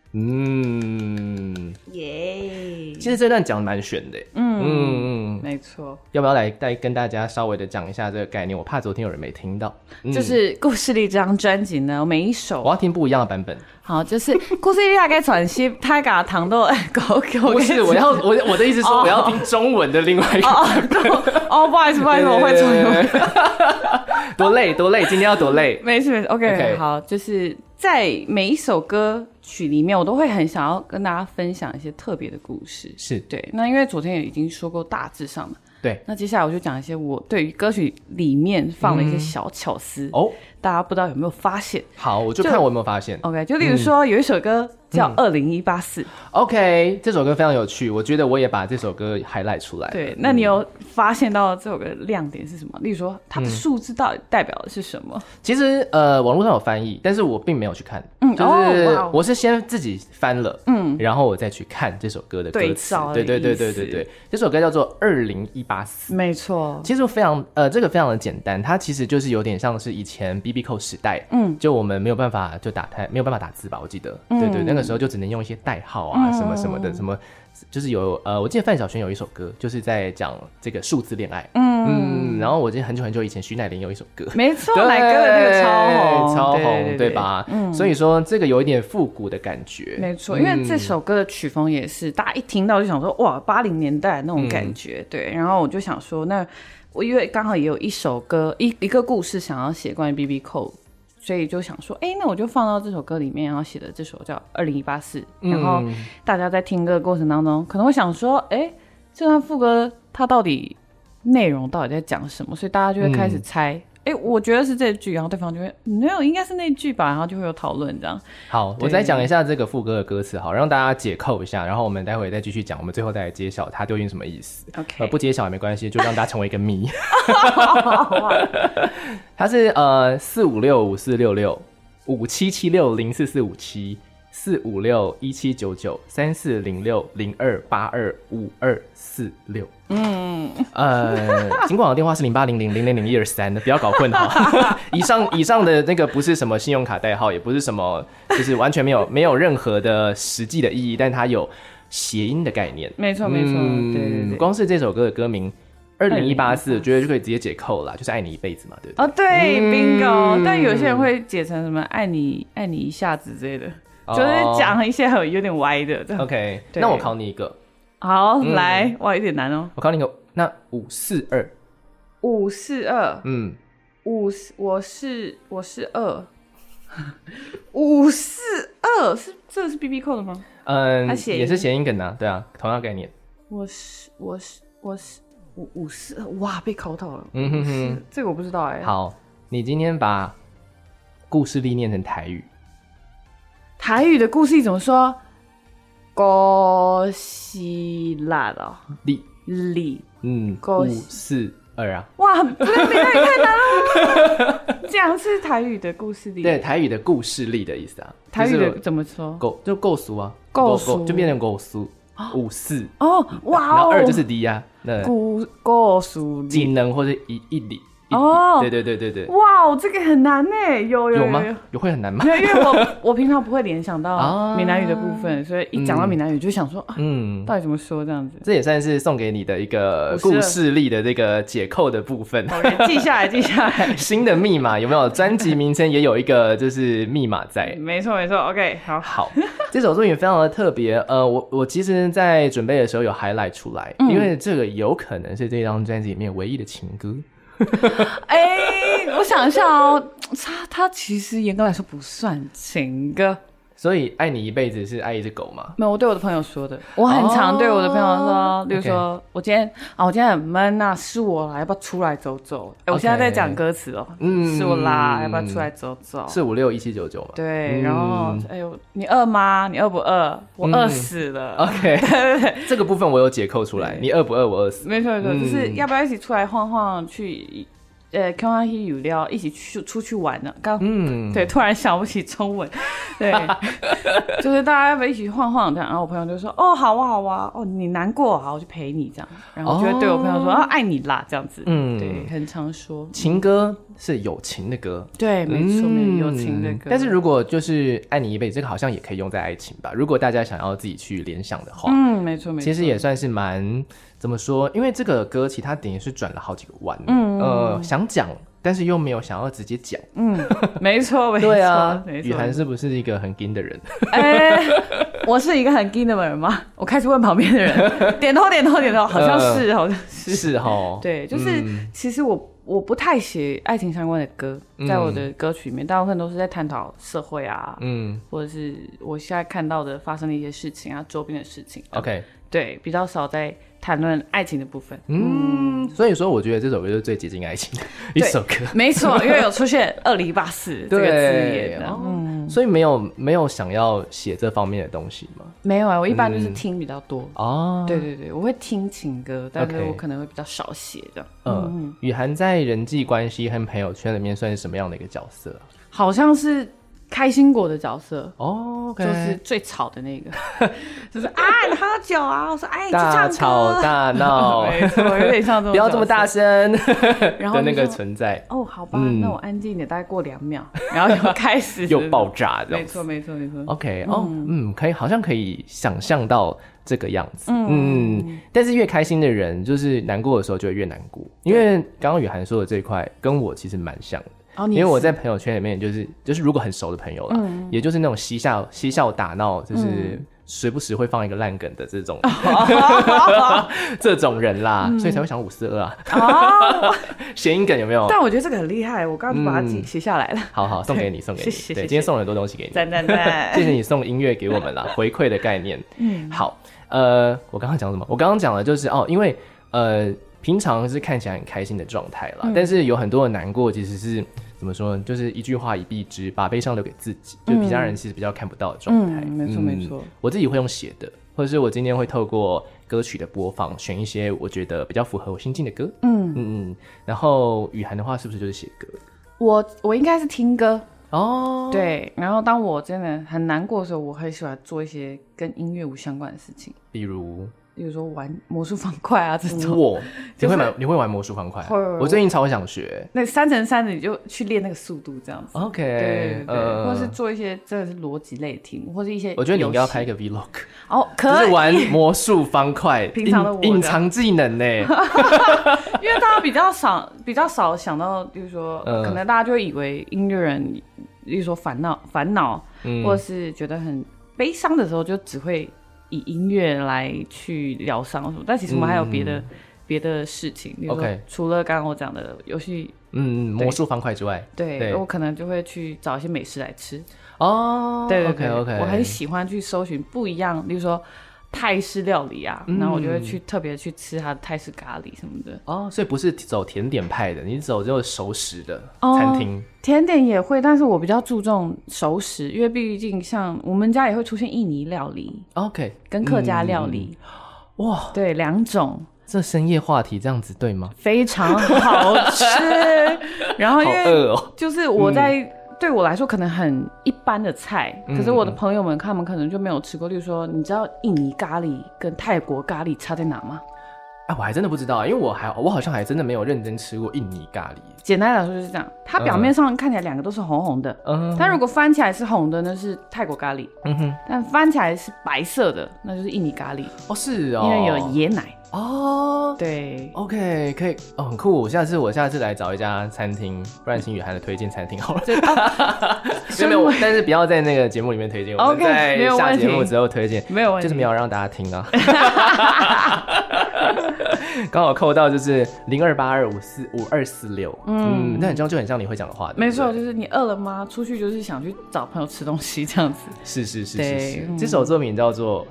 其实这段讲得蛮玄的。 没错。 要不要来跟大家稍微的讲一下这个概念？我怕昨天有人没听到。 就是故事力这张专辑呢，每一首我要听不一样的版本。 好，就是故事力大概传些太嘎糖豆不是，我的意思说我要听中文的另外一个版本。 不好意思，我会中文。 多累，今天要多累？ 没事 ，OK， 好，就是在每一首歌曲里面，我都会很想要跟大家分享一些特别的故事。 是对，那因为昨天也已经说过大致上的。 对， 那接下来我就讲一些我对于歌曲里面放的一些小巧思大家不知道有没有发现？ 好，我就看我有没有发现。 OK， 就例如说有一首歌叫2014。 OK， 这首歌非常有趣，我觉得我也把这首歌 highlight 出来。 对，那你有发现到这首歌亮点是什么？例如说它的数字到底代表的是什么？ 其实网络上有翻译，但是我并没有去看，就是我是先自己翻了，然后我再去看这首歌的歌词。对，这首歌叫做2014， 没错。 其实非常这个非常的简单，它其实就是有点像是以前 BB Call 时代，就我们没有办法没有办法打字吧，我记得，对，那个时候就只能用一些代号啊，什么什么的，什么就是有我记得范晓萱有一首歌，就是在讲这个数字恋爱，然后我记得很久很久以前徐乃麟有一首歌， 没错，乃哥的那个超红， 对吧？所以说这个有一点复古的感觉， 没错，因为这首歌的曲风也是大家一听到就想说哇80年代那种感觉，对，然后我就想说那我因为刚好也有一首歌一个故事想要写关于 BB Call， 所以就想说那我就放到这首歌里面，然后写的这首叫2014，然后大家在听歌的过程当中可能会想说这段副歌它到底内容到底在讲什么，所以大家就会开始猜我觉得是这句，然后对方就会没有，应该是那句吧，然后就会有讨论这样。 好，我再讲一下这个副歌的歌词，好，让大家解扣一下，然后我们待会再继续讲，我们最后再来揭晓它究竟什么意思。 OK， 不揭晓也没关系，就让大家成为一个谜。它是4565466577604457456179934060282524524尽管我的电话是0800000123的，不要搞混哈。以上的那个不是什么信用卡代号，也不是什么，就是完全没有任何的实际的意义，但它有谐音的概念。 没错，对， 光是这首歌的歌名2014，我觉得就可以直接解扣啦，就是爱你一辈子嘛，对不对？ 对 ，bingo。但有些人会解成什么爱你一下子之类的，就是讲一些有点歪的。 OK， 那我考你一个。 好，来，哇，有点难哦。 我考你一个，那542， 我是2，542是这是 BB Call 的吗？ 也是谐音梗啊，对啊，同样概念。 我是542，哇，被考到了。这个我不知道好，你今天把故事力念成台语。 台语的故事怎么说？故事辣哦， 力542啊！ 哇，不对，太难了。这样是台语的故事力， 对，台语的故事力的意思啊。 台语的怎么说？ 就构思啊， 构思就变成构思。 54 哦，哇哦， 然后2就是离啊，那故事技能或者一理。 哦， 对， 哇，这个很难呢，有吗？有会很难吗？ 没有，因为我平常不会联想到闽南语的部分，所以一讲到闽南语就想说，到底怎么说这样子？ 这也算是送给你的一个故事力的这个解扣的部分。 OK， 记下来。 新的密码有没有？专辑名称也有一个就是密码在。 没错 ，OK， 好， 这首作品非常的特别。我其实在准备的时候有 highlight 出来，因为这个有可能是这张专辑里面唯一的情歌。 我想一下哦，它其实严格来说不算情歌。 所以爱你一辈子是爱一只狗吗？ 没有，我对我的朋友说的。我很常对我的朋友说，例如说我今天很闷啊，是我啦，要不要出来走走？我现在在讲歌词哦，是我啦，要不要出来走走 ？4561799嘛。 对，然后你饿吗？你饿不饿？我饿死了。 OK， 这个部分我有解扣出来。你饿不饿？我饿死了。 没错，就是要不要一起出来晃晃去？看看有料一起出去玩呢，对，突然想不起中文，对，就是大家要不要一起晃晃这样？然后我朋友就说：“哦，好啊，哦，你难过，好，我就陪你这样。”然后我就会对我朋友说：“爱你啦，这样子。”对，很常说情歌是有情的歌， 对，没错，有情的歌。 但是如果就是爱你一辈子，这个好像也可以用在爱情吧？如果大家想要自己去联想的话， 没错， 其实也算是蛮。怎么说？因为这个歌其实它等于是转了好几个弯，想讲，但是又没有想要直接讲， 没错， 对啊，雨涵是不是一个很硬的人？ 我是一个很硬的人吗？我开始问旁边的人，点头，好像是， 是齁， 对，就是其实我不太写爱情相关的歌，在我的歌曲里面，大部分都是在探讨社会啊，或者是我现在看到的发生的一些事情啊，周边的事情。 OK， 对，比较少在谈论爱情的部分。 所以说我觉得这首歌就是最接近爱情的一首歌。 没错，因为有出现2084这个字眼的。 所以没有想要写这方面的东西吗？ 没有我一般就是听比较多。对，我会听情歌，但是我可能会比较少写的。 雨涵在人际关系和朋友圈里面算是什么样的一个角色？ 好像是开心果的角色就是最吵的那个，就是你喝酒啊，我说你去唱歌， 大吵大闹， 没错，有点像这种， 不要这么大声， 然后的那个存在。 好吧，那我安静一点，大概过2秒，然后又开始又爆炸的， 没错。 OK， 可以，好像可以想象到这个样子。但是越开心的人，就是难过的时候就会越难过，因为刚刚雨涵说的这一块跟我其实蛮像的。因为我在朋友圈里面就是如果很熟的朋友啦，也就是那种嬉笑打闹，就是时不时会放一个烂梗的这种这种人啦，所以才会想542啊。谐音梗有没有？ 但我觉得这个很厉害，我刚刚就把它写下来了。 好，送给你。谢谢。对，今天送了很多东西给你， 赞。 谢谢你送音乐给我们啦，回馈的概念。好，我刚刚讲什么？我刚刚讲的就是因为平常是看起来很开心的状态啦，但是有很多的难过其实是怎么说呢？就是一句话一蔽之，把悲伤留给自己，就其他人其实比较看不到的状态。 没错。 我自己会用写的，或者是我今天会透过歌曲的播放，选一些我觉得比较符合我心境的歌。然后雨涵的话是不是就是写歌？ 我应该是听歌。 对。 然后当我真的很难过的时候，我很喜欢做一些跟音乐无相关的事情， 比如说玩魔术方块啊这种。 你会玩魔术方块？我最近超想学。那 3×3的你就去练那个速度这样子。 OK， 对，或是做一些真的是逻辑类的题目，或是一些。 我觉得你应该要拍一个 Vlog。 可以。 就是玩魔术方块， 平常的我隐藏技能呢。因为大家比较少想到，比如说，可能大家就会以为音乐人，比如说烦恼，或者是觉得很悲伤的时候，就只会以音乐来去疗伤什么，但其实我们还有别的事情，比如说除了刚刚我讲的游戏， 魔术方块之外， 对，我可能就会去找一些美食来吃。 对， 我很喜欢去搜寻不一样，比如说泰式料理啊，然后我就会去特别去吃它的泰式咖喱什么的。 所以不是走甜点派的，你走就熟食的餐厅。 甜点也会，但是我比较注重熟食，因为毕竟像我们家也会出现印尼料理 ，OK， 跟客家料理。哇，对，2种。 这深夜话题这样子对吗？ 非常好吃。然后因为就是我在对我来说可能很一般的菜，可是我的朋友们他们可能就没有吃过。例如说，你知道印尼咖喱跟泰国咖喱差在哪吗？ 我还真的不知道，因为我好像还真的没有认真吃过印尼咖喱。 简单来说就是这样，它表面上看起来两个都是红红的，但如果翻起来是红的，那是泰国咖喱，但翻起来是白色的，那就是印尼咖喱。 是哦， 因为有椰奶。对 ，OK， 可以很酷。我下次来找一家餐厅，不然请雨涵的推荐餐厅好了。没有，但是不要在那个节目里面推荐，我们在下节目之后推荐， 没有问题， 就是没有让大家听啊。刚好扣到就是0282545246，那就很像你会讲的话。 没错，就是你饿了吗？出去就是想去找朋友吃东西这样子。 是。这首作品叫做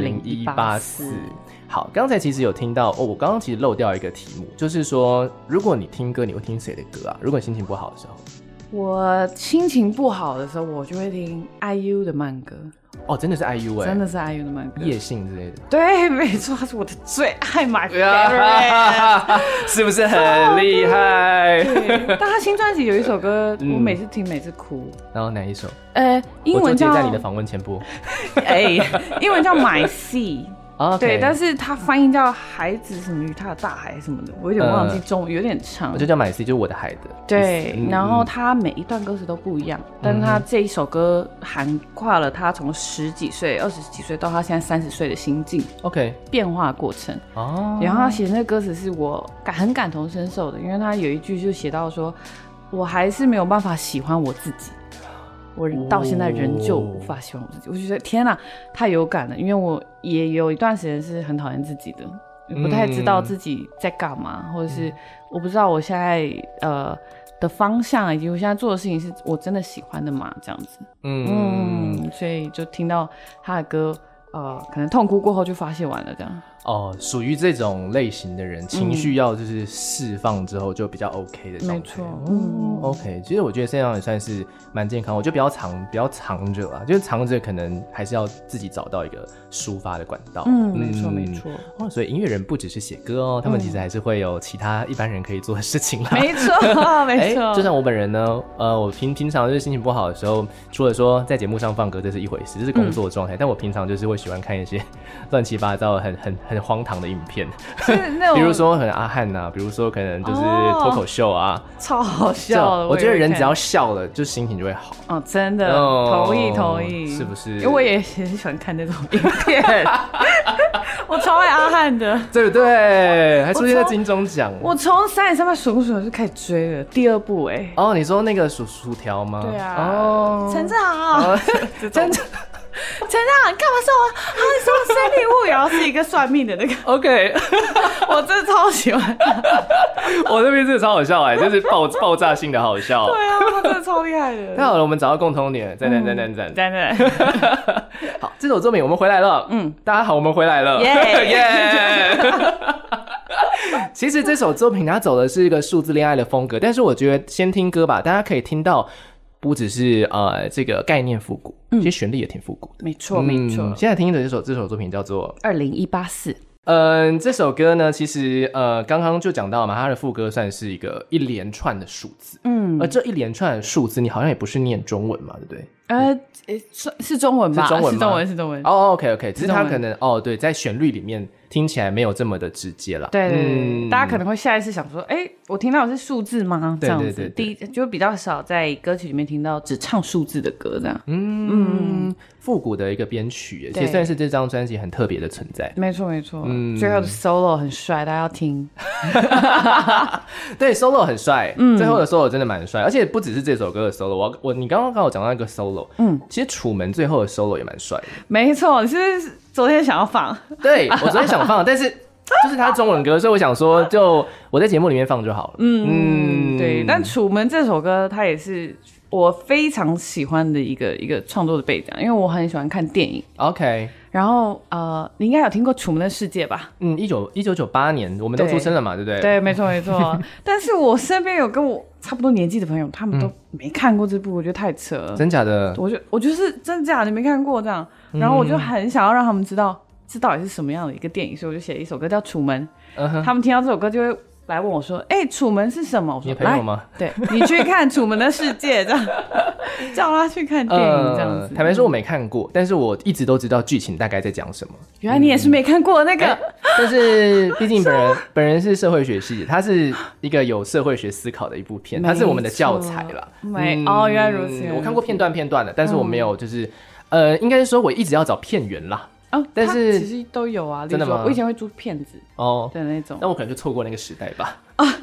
20184。好，刚才其实有听到我刚刚其实漏掉一个题目，就是说，如果你听歌，你会听谁的歌啊？如果你心情不好的时候， 我心情不好的时候，我就会听 IU 的慢歌。 真的是 IU 真的是 IU 的慢歌， 夜信之类的。 对，没错，他是我的最爱 ，my favorite， 是不是很厉害？ 对，但他新专辑有一首歌，我每次听每次哭。 然后哪一首？ 英文叫我就在你的访问前播。 英文叫 My Sea。对， Okay. 但是它翻译叫孩子什么与他的大海什么的，我有点忘记中文，有点长。 我就叫 My Sea， 就是我的海的。 对，然后它每一段歌词都不一样，但是它这一首歌涵跨了他从10几岁、20几岁到他现在30岁的心境 ，OK， 变化过程。然后他写的那个歌词是我很感同身受的，因为他有一句就写到说，我还是没有办法喜欢我自己。我到现在仍旧无法喜欢我自己，我就觉得天哪，太有感了。因为我也有一段时间是很讨厌自己的，不太知道自己在干嘛，或者是我不知道我现在的方向，以及我现在做的事情是我真的喜欢的嘛，这样子。所以就听到他的歌，可能痛哭过后就发泄完了这样。 属于这种类型的人，情绪要就是释放之后就比较 OK 的状态。 没错 ，OK。其实我觉得这样也算是蛮健康，我就不要藏着啊，就是藏着可能还是要自己找到一个抒发的管道。 没错。 所以音乐人不只是写歌哦，他们其实还是会有其他一般人可以做的事情啦。 没错。 就像我本人呢，我平常就是心情不好的时候，除了说在节目上放歌这是一回事，这是工作状态，但我平常就是会喜欢看一些乱七八糟很荒唐的影片，比如说很阿汉啊，比如说可能就是脱口秀啊， 超好笑的。 我觉得人只要笑了，就心情就会好。 真的，同意， 是不是？ 因为我也很喜欢看那种影片，我超爱阿汉的， 对不对？还出现在金钟奖。我从《3点3分数不数》就开始追了，第2部你说那个薯条吗？ 对啊。陈志豪，陈长，你干嘛送我？你送我生日礼物，然后是一个算命的那个。 OK， 我真的超喜欢。 我那边真的超好笑就是爆炸性的好笑。 对啊，他真的超厉害的。 太好了，我们找到共通点，赞。好，这首作品我们回来了。大家好，我们回来了。耶！其实这首作品它走的是一个数字恋爱的风格，但是我觉得先听歌吧，大家可以听到。不只是这个概念复古，其实旋律也挺复古的。 没错。 现在听的这首作品叫做 20184。 这首歌呢，其实刚刚就讲到嘛，它的副歌算是一连串的数字。而这一连串的数字，你好像也不是念中文嘛，对不对？ 是中文吧？ 是中文吗？ 是中文。 OK， 只是它可能对，在旋律里面听起来没有这么的直接啦。 对，大家可能会下意识想说，我听到的是数字吗？这样子， 对， 就比较少在歌曲里面听到只唱数字的歌这样。 复古的一个编曲，也算是这张专辑很特别的存在。 没错。最后的 solo 很帅，大家要听。 对 ，solo 很帅，最后的 solo 真的蛮帅，而且不只是这首歌的 solo， 你刚刚讲到那个 solo，其实楚门最后的 solo 也蛮帅的。没错，你是不是昨天想要放？ 对，我昨天想放，但是就是他中文歌，所以我想说，就我在节目里面放就好了。 对。但楚门这首歌，它也是我非常喜欢的一个创作的背景，因为我很喜欢看电影。 OK。 然后你应该有听过《楚门的世界》吧 ？1998年，我们都出生了嘛，对不对？ 对，没错。但是我身边有跟我差不多年纪的朋友，他们都没看过这部，我觉得太扯了。 真假的？ 我就是真假的没看过这样，然后我就很想要让他们知道这到底是什么样的一个电影，所以我就写了一首歌叫《楚门》。他们听到这首歌就会来问我说：“楚门是什么？”我说：“ 你朋友吗？ 对，你去看《楚门的世界》这样，叫他去看电影这样子。 坦白说我没看过，但是我一直都知道剧情大概在讲什么。 原来你也是没看过那个， 但是毕竟本人是社会学系，它是一个有社会学思考的一部片，它是我们的教材啦。 原来如此。 我看过片段的，但是我没有就是应该是说我一直要找片源啦。但是其实都有啊， 真的吗？ 我以前会租片子的那种， 那我可能就错过那个时代吧。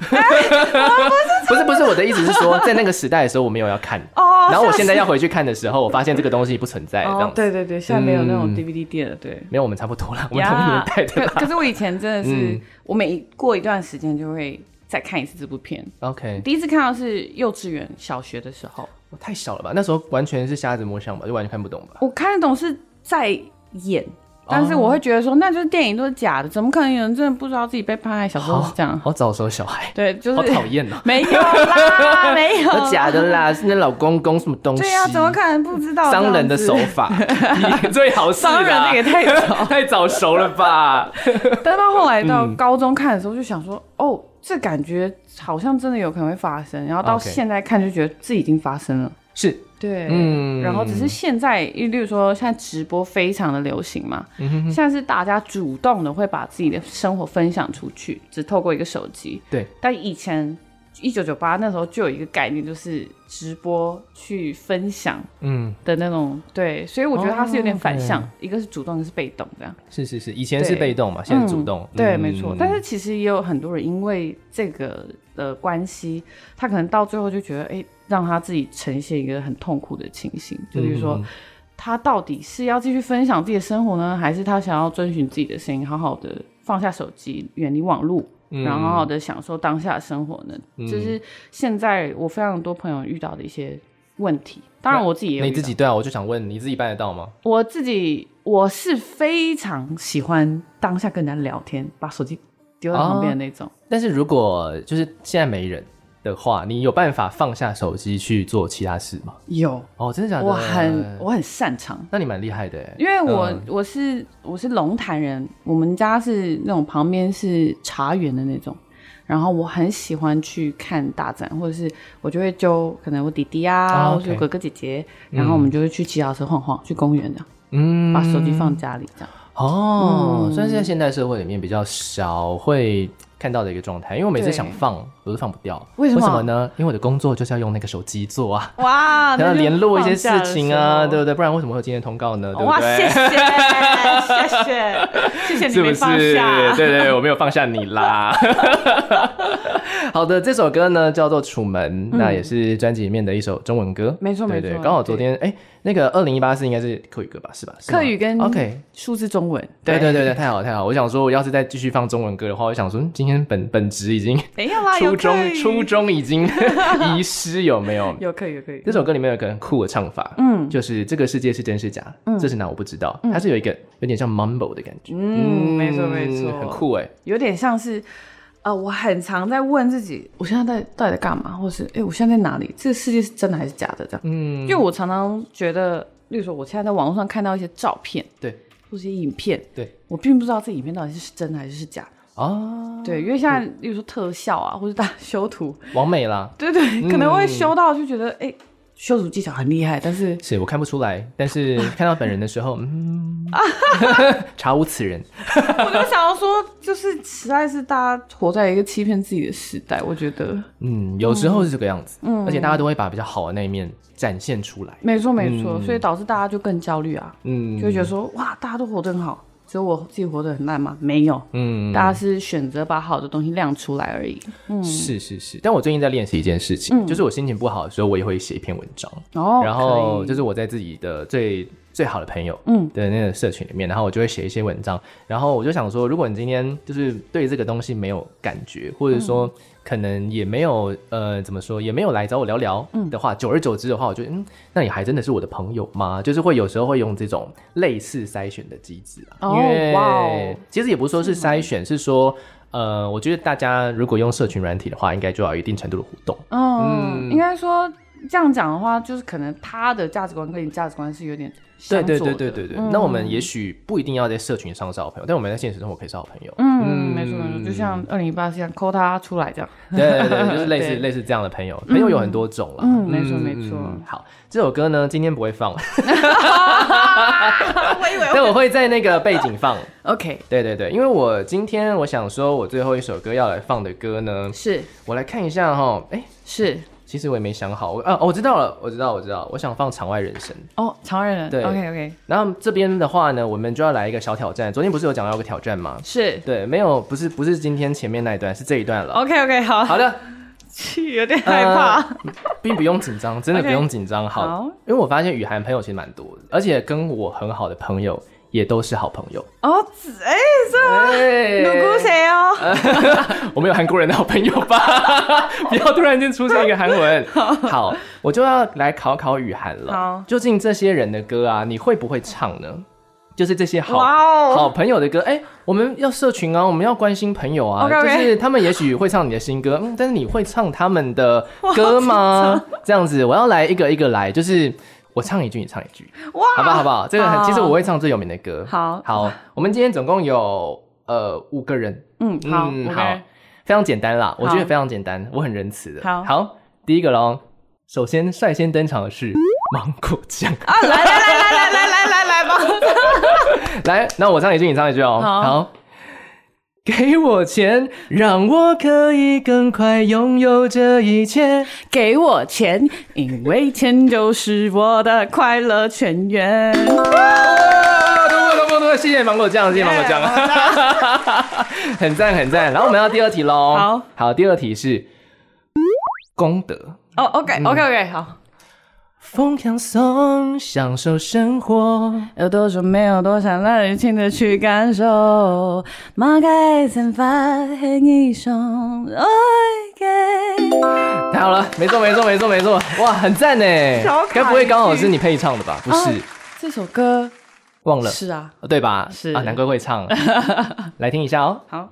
不是，我的意思是说，在那个时代的时候我没有要看，然后我现在要回去看的时候，我发现这个东西不存在，这样子。 对，现在没有那种 DVD 店了，对， 没有，我们差不多了，我们同年代的啦。 可是我以前真的是，我每过一段时间就会再看一次这部片。 OK， 第一次看到是幼稚园、小学的时候， 太小了吧？那时候完全是瞎子摸象吧，就完全看不懂吧？ 我看得懂是在演。但是我会觉得说，那就是电影都是假的，怎么可能有人真的不知道自己被迫害？小时候是这样， 好早熟小孩， 对，就是好讨厌哦。 没有啦，没有啦， 假的啦，是那老公公什么东西？ 对啊，怎么可能不知道？ 商人的手法，你最好是啦， 商人那也太早熟了吧？ 但到后来到高中看的时候，就想说，这感觉好像真的有可能会发生，然后到现在看就觉得自己已经发生了。 是。 对，然后只是现在，例如说现在直播非常的流行嘛，现在是大家主动的会把自己的生活分享出去，只透过一个手机。 对， 但以前1998那时候就有一个概念，就是直播去分享，的那种，对，所以我觉得它是有点反向，一个是主动，一个是被动，这样。 是，以前是被动嘛，现在主动。 对，没错。但是其实也有很多人因为这个的关系，他可能到最后就觉得，让他自己呈现一个很痛苦的情形，就比如说，他到底是要继续分享自己的生活呢，还是他想要遵循自己的声音，好好的放下手机，远离网络，然后好好的享受当下的生活呢？就是现在我非常多朋友遇到的一些问题。当然我自己也有遇到。你自己对啊，我就想问你自己办得到吗？ 我是非常喜欢当下跟人家聊天，把手机丢在旁边的那种。 但是如果就是现在没人的话，你有办法放下手机去做其他事吗？ 有真的假的？ 我很擅长。 那你蛮厉害的耶， 因为我是龙潭人，我们家是那种旁边是茶园的那种，然后我很喜欢去看大展，或者是我就会揪可能我弟弟啊，或者哥哥姐姐，然后我们就会去骑脚车晃晃，去公园这样，把手机放家里这样。 算是在现代社会里面比较少会看到的一个状态，因为我每次想放我都放不掉。为什么呢？因为我的工作就是要用那个手机做啊， 哇， 要联络一些事情啊，对不对？不然为什么会有今天的通告呢？对不对？ 哇，谢谢你没放下， 对，我没有放下你啦。好的，这首歌呢叫做《楚门》，那也是专辑里面的一首中文歌， 没错， 对，刚好昨天那个2018是应该是客语歌吧？是吧？ 客语跟 OK 数字中文， 对，太好了！我想说，我要是再继续放中文歌的话，我想说今天本职已经初中已经遗失，有没有？ 有可以。 这首歌里面有一个很酷的唱法，就是这个世界是真是假，这是哪我不知道，它是有一个有点像 mumble 的感觉， 没错， 很酷有点像是。我很常在问自己，我现在到底在干嘛，或是我现在在哪里？这个世界是真的还是假的？这样，因为我常常觉得，例如说，我现在在网络上看到一些照片， 对， 或是一些影片， 对，我并不知道这影片到底是真的还是假的对，因为现在，例如说特效啊，或是大家修图， 完美啦， 对，可能会修到就觉得，修图技巧很厉害，但是我看不出来，但是看到本人的时候，查无此人。 我就想要说，就是实在是大家活在一个欺骗自己的时代，我觉得， 有时候是这个样子，而且大家都会把比较好的那一面展现出来， 没错，所以导致大家就更焦虑啊，就会觉得说，哇，大家都活得很好。只有我自己活得很烂吗？没有，大家是选择把好的东西亮出来而已。 是，但我最近在练习一件事情，就是我心情不好的时候，我也会写一篇文章，然后就是我在自己的最好的朋友的那个社群里面，然后我就会写一些文章，然后我就想说，如果你今天就是对这个东西没有感觉，或者说可能也没有怎么说，也没有来找我聊聊的话，久而久之的话，我觉得那你还真的是我的朋友吗？就是会有时候会用这种类似筛选的机制因为其实也不是说是筛选，是说我觉得大家如果用社群软体的话，应该就要有一定程度的互动。 应该说这样讲的话，就是可能他的价值观跟你价值观是有点相左的。 对，那我们也许不一定要在社群上是好朋友，但我们在现实生活可以是好朋友。 没错，就像2018这样抠他出来这样。 对，就是类似这样的朋友，朋友有很多种啦。 没错。 好，这首歌呢今天不会放，但我会在那个背景放。 OK， 对，因为我今天我想说，我最后一首歌要来放的歌呢， 是我来看一下哈， 是。 其实我也没想好，我知道了，我想放《场外人生》 哦，《场外人生》对 ，OK。 然后这边的话呢，我们就要来一个小挑战。昨天不是有讲到一个挑战吗？ 是， 对，没有，不是今天前面那一段，是这一段了。 OK， 好的， 有点害怕， 并不用紧张，真的不用紧张。好，因为我发现雨涵朋友其实蛮多的，而且跟我很好的朋友也都是好朋友哦。是鲁姑谁哦？ 我们有韩国人的好朋友吧？不要突然間出现一个韩文。好，我就要来考考雨涵了。 好， 究竟这些人的歌啊，你会不会唱呢？就是这些好朋友的歌，我们要社群啊，我们要关心朋友啊。 Okay. 就是他们也许会唱你的新歌，但是你会唱他们的歌吗？这样子，我要来一个一个来，就是我唱一句，你唱一句，好不好？这个其实我会唱最有名的歌。好，我们今天总共有5个人。好，非常简单啦，我觉得非常简单，我很仁慈的。好，第一个咯，首先率先登场的是芒果酱啊！来吧，来，那我唱一句，你唱一句哦。好，给我钱，让我可以更快拥有这一切。 给我钱，因为钱就是我的快乐泉源。 谢谢芒果酱，很赞。然后我们要第二题咯。好，第二题是功德。 OK， 好。 风扬松，享受生活， 有多少没有多少，让轻的去感受。马盖散发黑一双爱给。 太好了，没错，哇，很赞耶！该不会刚好是你配唱的吧？不是， 这首歌忘了， 是啊， 对吧？ 是啊，难怪会唱。来听一下哦。 好，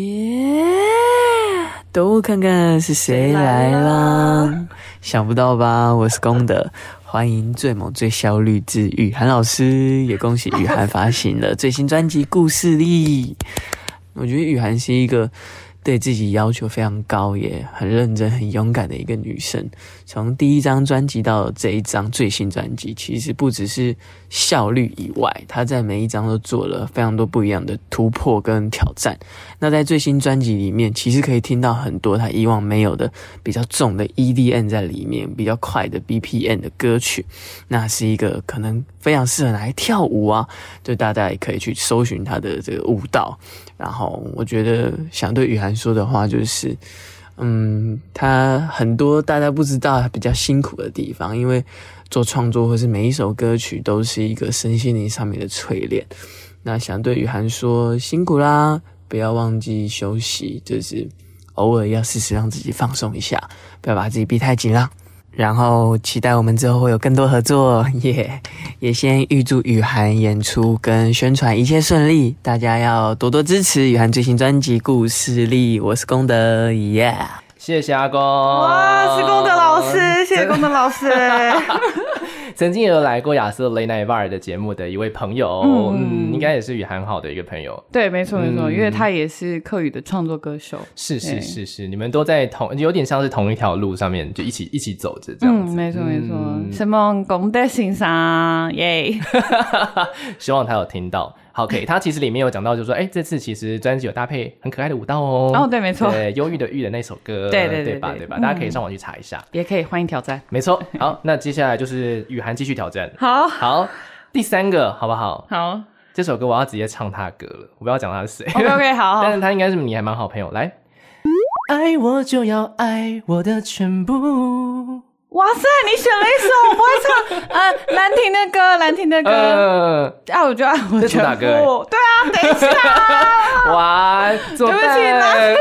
都看看是谁来了，想不到吧？我是功德，欢迎最猛最效率之雨涵老师，也恭喜雨涵发行了最新专辑《故事力》。我觉得雨涵是一个对自己要求非常高，也很认真、很勇敢的一个女生。从第一张专辑到这一张最新专辑，其实不只是效率以外，她在每一张都做了非常多不一样的突破跟挑战。那在最新专辑里面，其实可以听到很多她以往没有的比较重的 EDM 在里面，比较快的 BPM 的歌曲。那是一个可能非常适合拿来跳舞啊，就大家也可以去搜寻她的这个舞蹈。然后我觉得想对雨涵说的话就是，他很多大家不知道比较辛苦的地方，因为做创作或是每一首歌曲都是一个身心灵上面的淬炼。那想对雨涵说辛苦啦，不要忘记休息，就是偶尔要适时让自己放松一下，不要把自己逼太紧啦。然后期待我们之后会有更多合作，也先预祝雨涵演出跟宣传一切顺利，大家要多多支持雨涵最新专辑《故事力》，我是功德， 谢谢阿公。 哇，是功德老师，谢谢功德老师。 曾经也有来过亚瑟 Late Night Bar 的节目的一位朋友，应该也是雨涵好的一个朋友。 对，没错，因为他也是客语的创作歌手。 是，你们都在有点像是同一条路上面，就一起走着这样子。 没错。什么功德欣赏耶！ 希望他有听到。好，可以。他其实里面有讲到，就是说，这次其实专辑有搭配很可爱的舞蹈哦。对， 没错。 对，忧郁的郁的那首歌，对吧？大家可以上网去查一下， 也可以欢迎挑战。 没错。好，那接下来就是雨涵继续挑战。 好， 第3个好不好？ 好， 这首歌我要直接唱他的歌了，我不要讲他是谁。 OK， 好。 但是他应该是你还蛮好朋友。来，爱我就要爱我的全部。 哇塞，你选了一首我不会唱兰亭的歌，爱我就爱我的全部。对啊，等一下。 哇，对不起啦。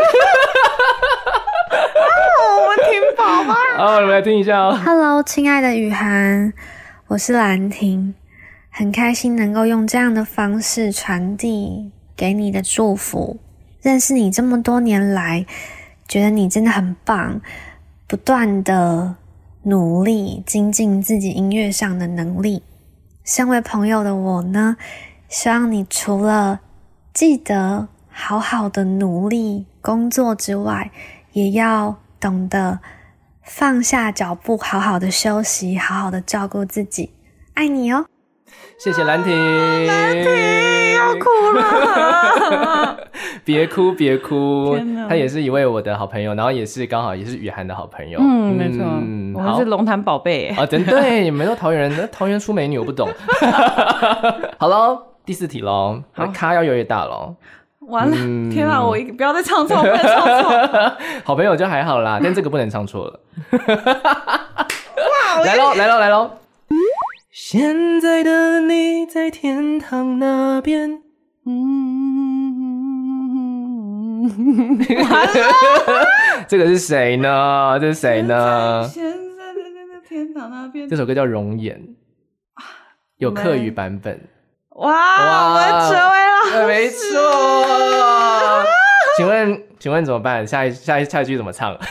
我们听宝吧。 好，我们来听一下哦。 Hello， 亲爱的雨涵，我是兰亭，很开心能够用这样的方式传递给你的祝福。认识你这么多年来，觉得你真的很棒，不断的努力精进自己音乐上的能力。身为朋友的我呢，希望你除了记得好好的努力工作之外，也要懂得放下脚步，好好的休息，好好的照顾自己。爱你哦。 谢谢兰婷。 兰婷要哭了。 别哭别哭，他也是一位我的好朋友，然后也是刚好也是雨涵的好朋友。 没错，我们是龙潭宝贝啊，对，你们都桃园人，桃园出美女我不懂。好咯，第4题咯，咖要越来越大咯。 完了，天啊，我不要再唱错，不能唱错。 好朋友就还好啦，但这个不能唱错了。哇，来咯。现在的你在天堂那边。完了，这个是谁呢？这是谁呢？ 现在的天堂那边， 这首歌叫《容颜》，有客语版本。 哇，我们成为了， 没错。请问怎么办？下一句怎么唱？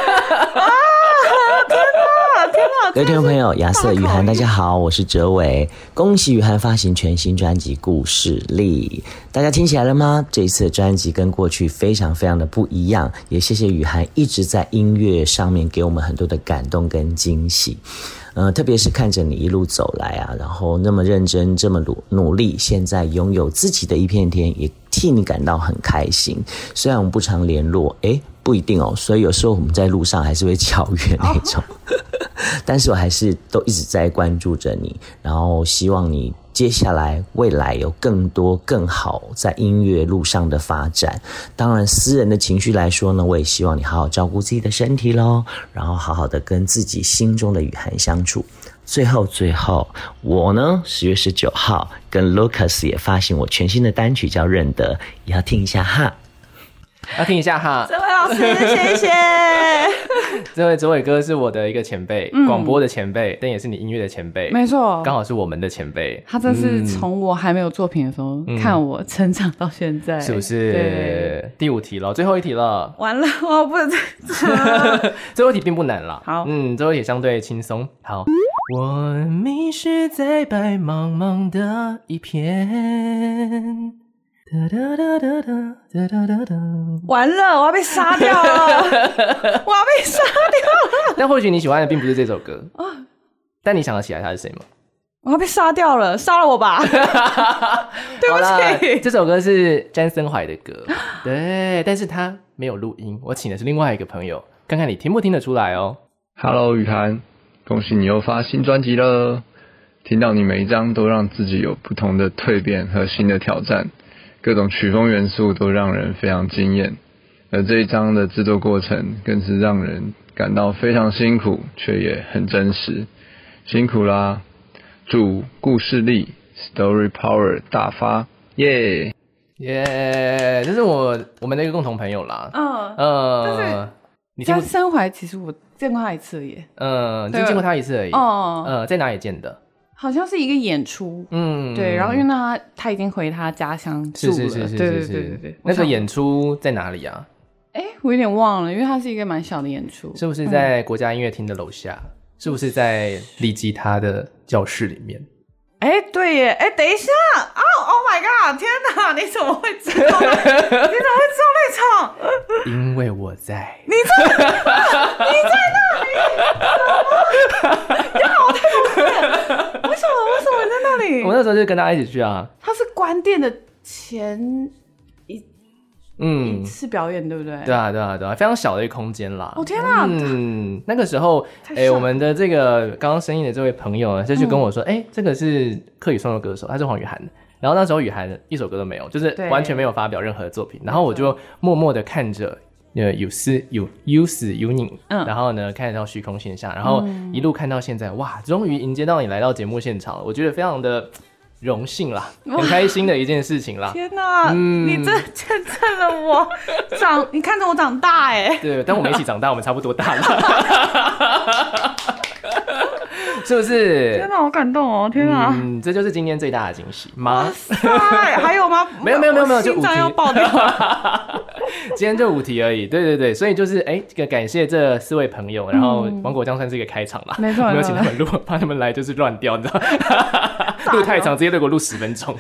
天哪！ 各位听众朋友，亚瑟、雨涵，大家好，我是哲伟，恭喜雨涵发行全新专辑《故事力》，大家听起来了吗？这一次的专辑跟过去非常非常的不一样，也谢谢雨涵一直在音乐上面给我们很多的感动跟惊喜。特别是看着你一路走来啊，然后那么认真，这么努力，现在拥有自己的一片天，也替你感到很开心。虽然我们不常联络，不一定哦，所以有时候我们在路上还是会巧遇那种。但是我还是都一直在关注着你，然后希望你接下来未来有更多更好在音乐路上的发展。当然私人的情绪来说呢，我也希望你好好照顾自己的身体咯，然后好好的跟自己心中的雨涵相处。最后我呢10月19号跟 Lucas 也发行我全新的单曲叫认得，也要听一下哈。 要听一下哈， 这位老师谢谢。 这位哲伟哥是我的一个前辈，广播的前辈，但也是你音乐的前辈， 没错， 刚好是我们的前辈。 他真是从我还没有作品的时候，看我成长到现在， 是不是？对，第5题了，最后一题了， 完了，我不能再最后一题并不难啦， 好， 最后一题相对轻松。好，我迷失在白茫茫的一片。 完了，我要被杀掉了！ 但或许你喜欢的并不是这首歌但你想得起来他是谁吗？ 我要被杀掉了，杀了我吧！对不起， 这首歌是詹森怀的歌，对，但是他没有录音，我请的是另外一个朋友，看看你听不听得出来哦。 Hello， 雨涵，恭喜你又发新专辑了！听到你每一张都让自己有不同的蜕变和新的挑战。各种曲风元素都让人非常惊艳，而这一张的制作过程更是让人感到非常辛苦，却也很真实。辛苦啦！祝故事力 Story Power 大发，耶！ 这是我们的一个共同朋友啦。 但是你詹森怀其实我见过他一次耶。 就见过他一次而已。在哪里见的？ 好像是一个演出，对，然后因为他已经回他家乡住了，对。 那个演出在哪里啊？ 我有点忘了，因为它是一个蛮小的演出， 是不是在国家音乐厅的楼下？是不是在立吉他的教室里面？ 对耶，等一下，Oh my god， 天哪，你怎么会知道？你怎么会知道那场？ 因为我在。 你在那里？呀，我太疯了！为什么你在那里？ 我那时候就跟他一起去啊。 他是关店的前一次表演，对不对？ 对啊，非常小的一个空间啦。 天哪！ 那个时候，我们的这个刚刚声音的这位朋友呢，就去跟我说，这个是客语创作歌手，他是黄雨涵。然后那时候雨涵一首歌都没有，就是完全没有发表任何作品。然后我就默默的看着有死有你，然后呢看到虚空现象，然后一路看到现在，哇，终于迎接到你来到节目现场了，我觉得非常的荣幸啦，很开心的一件事情啦。 天哪，你真的见证了我你看着我长大对，但我们一起长大，我们差不多大了。是不是？ 天哪，好感动哦！天哪， 这就是今天最大的惊喜吗？ 还有吗？ 没有，就心脏要爆掉了。 今天就5题而已，对对对，所以就是这个感谢这4位朋友，然后王果酱算是一个开场啦， 没错， 没有请他们录，怕他们来就是乱掉，你知道，录太长，直接给我录10分钟。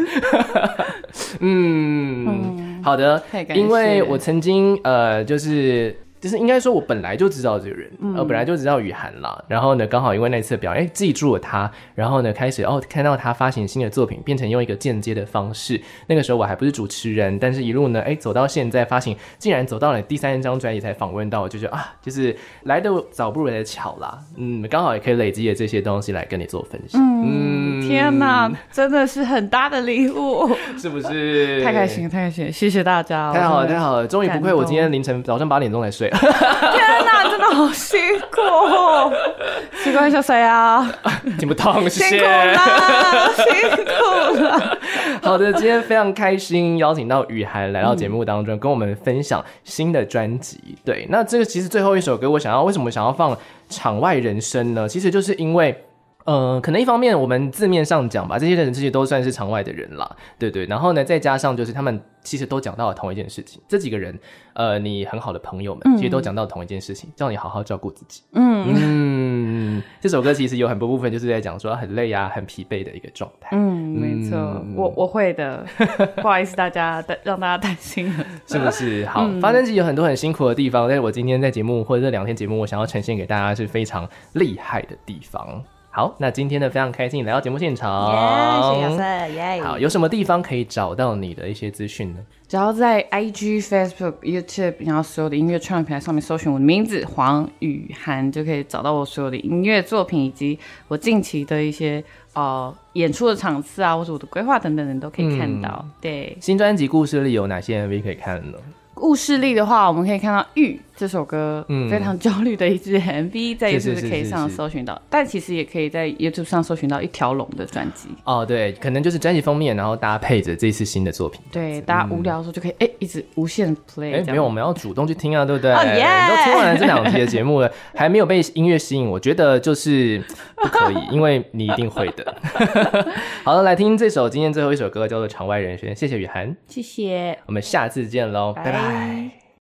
好的，因为我曾经就是应该说，我本来就知道这个人，本来就知道雨涵啦。然后呢，刚好因为那次的表演，记住了他，然后呢，开始看到他发行新的作品，变成用一个间接的方式。那个时候我还不是主持人，但是一路呢，走到现在发行，竟然走到了第3张专辑才访问到，我就觉得就是来得早不如来得巧啦。刚好也可以累积了这些东西来跟你做分享。 天哪，真的是很大的礼物， 是不是？ 太开心了，太开心了，谢谢大家， 太好了，太好了，终于不愧我今天凌晨早上8点钟才睡。 天哪，真的好辛苦，习惯一下谁啊？ 听不懂，谢谢。 辛苦啦，辛苦了。 好的，今天非常开心邀请到雨涵来到节目当中，跟我们分享新的专辑。对，那这个其实最后一首歌，为什么想要放《场外人生》呢？其实就是因为。可能一方面我们字面上讲吧，这些人其实都算是场外的人啦，对对。然后呢，再加上就是他们其实都讲到了同一件事情，这几个人，你很好的朋友们，其实都讲到了同一件事情，叫你好好照顾自己。这首歌其实有很多部分就是在讲说很累啊、很疲惫的一个状态。 没错，我会的，不好意思大家让大家担心了， 是不是？好，发专辑有很多很辛苦的地方，但是我今天在节目或者这2天节目，我想要呈现给大家是非常厉害的地方。好，那今天呢非常开心你来到节目现场， 谢谢亚瑟， 好，有什么地方可以找到你的一些资讯呢？ 只要在 IG、Facebook、YouTube， 然后所有的音乐串流平台上面搜寻我的名字黄雨涵，就可以找到我所有的音乐作品，以及我近期的一些演出的场次啊，或者我的规划等等，都可以看到。对， 新专辑故事里有哪些 MV 可以看呢？ 故事力的话，我们可以看到《玉》这首歌，非常焦虑的一支 MV， 在 YouTube 可以上搜寻到，但其实也可以在 YouTube 上搜寻到一条龙的专辑。对， 可能就是专辑封面，然后搭配着这次新的作品。 对，大家无聊的时候就可以一直无限 play。 没有，我们要主动去听啊，对不对？你都听完了这2集的节目了，还没有被音乐吸引，我觉得就是不可以，因为你一定会的。好了，来听这首今天最后一首歌，叫做《场外人生》。谢谢雨涵， 谢谢， 我们下次见喽，拜拜。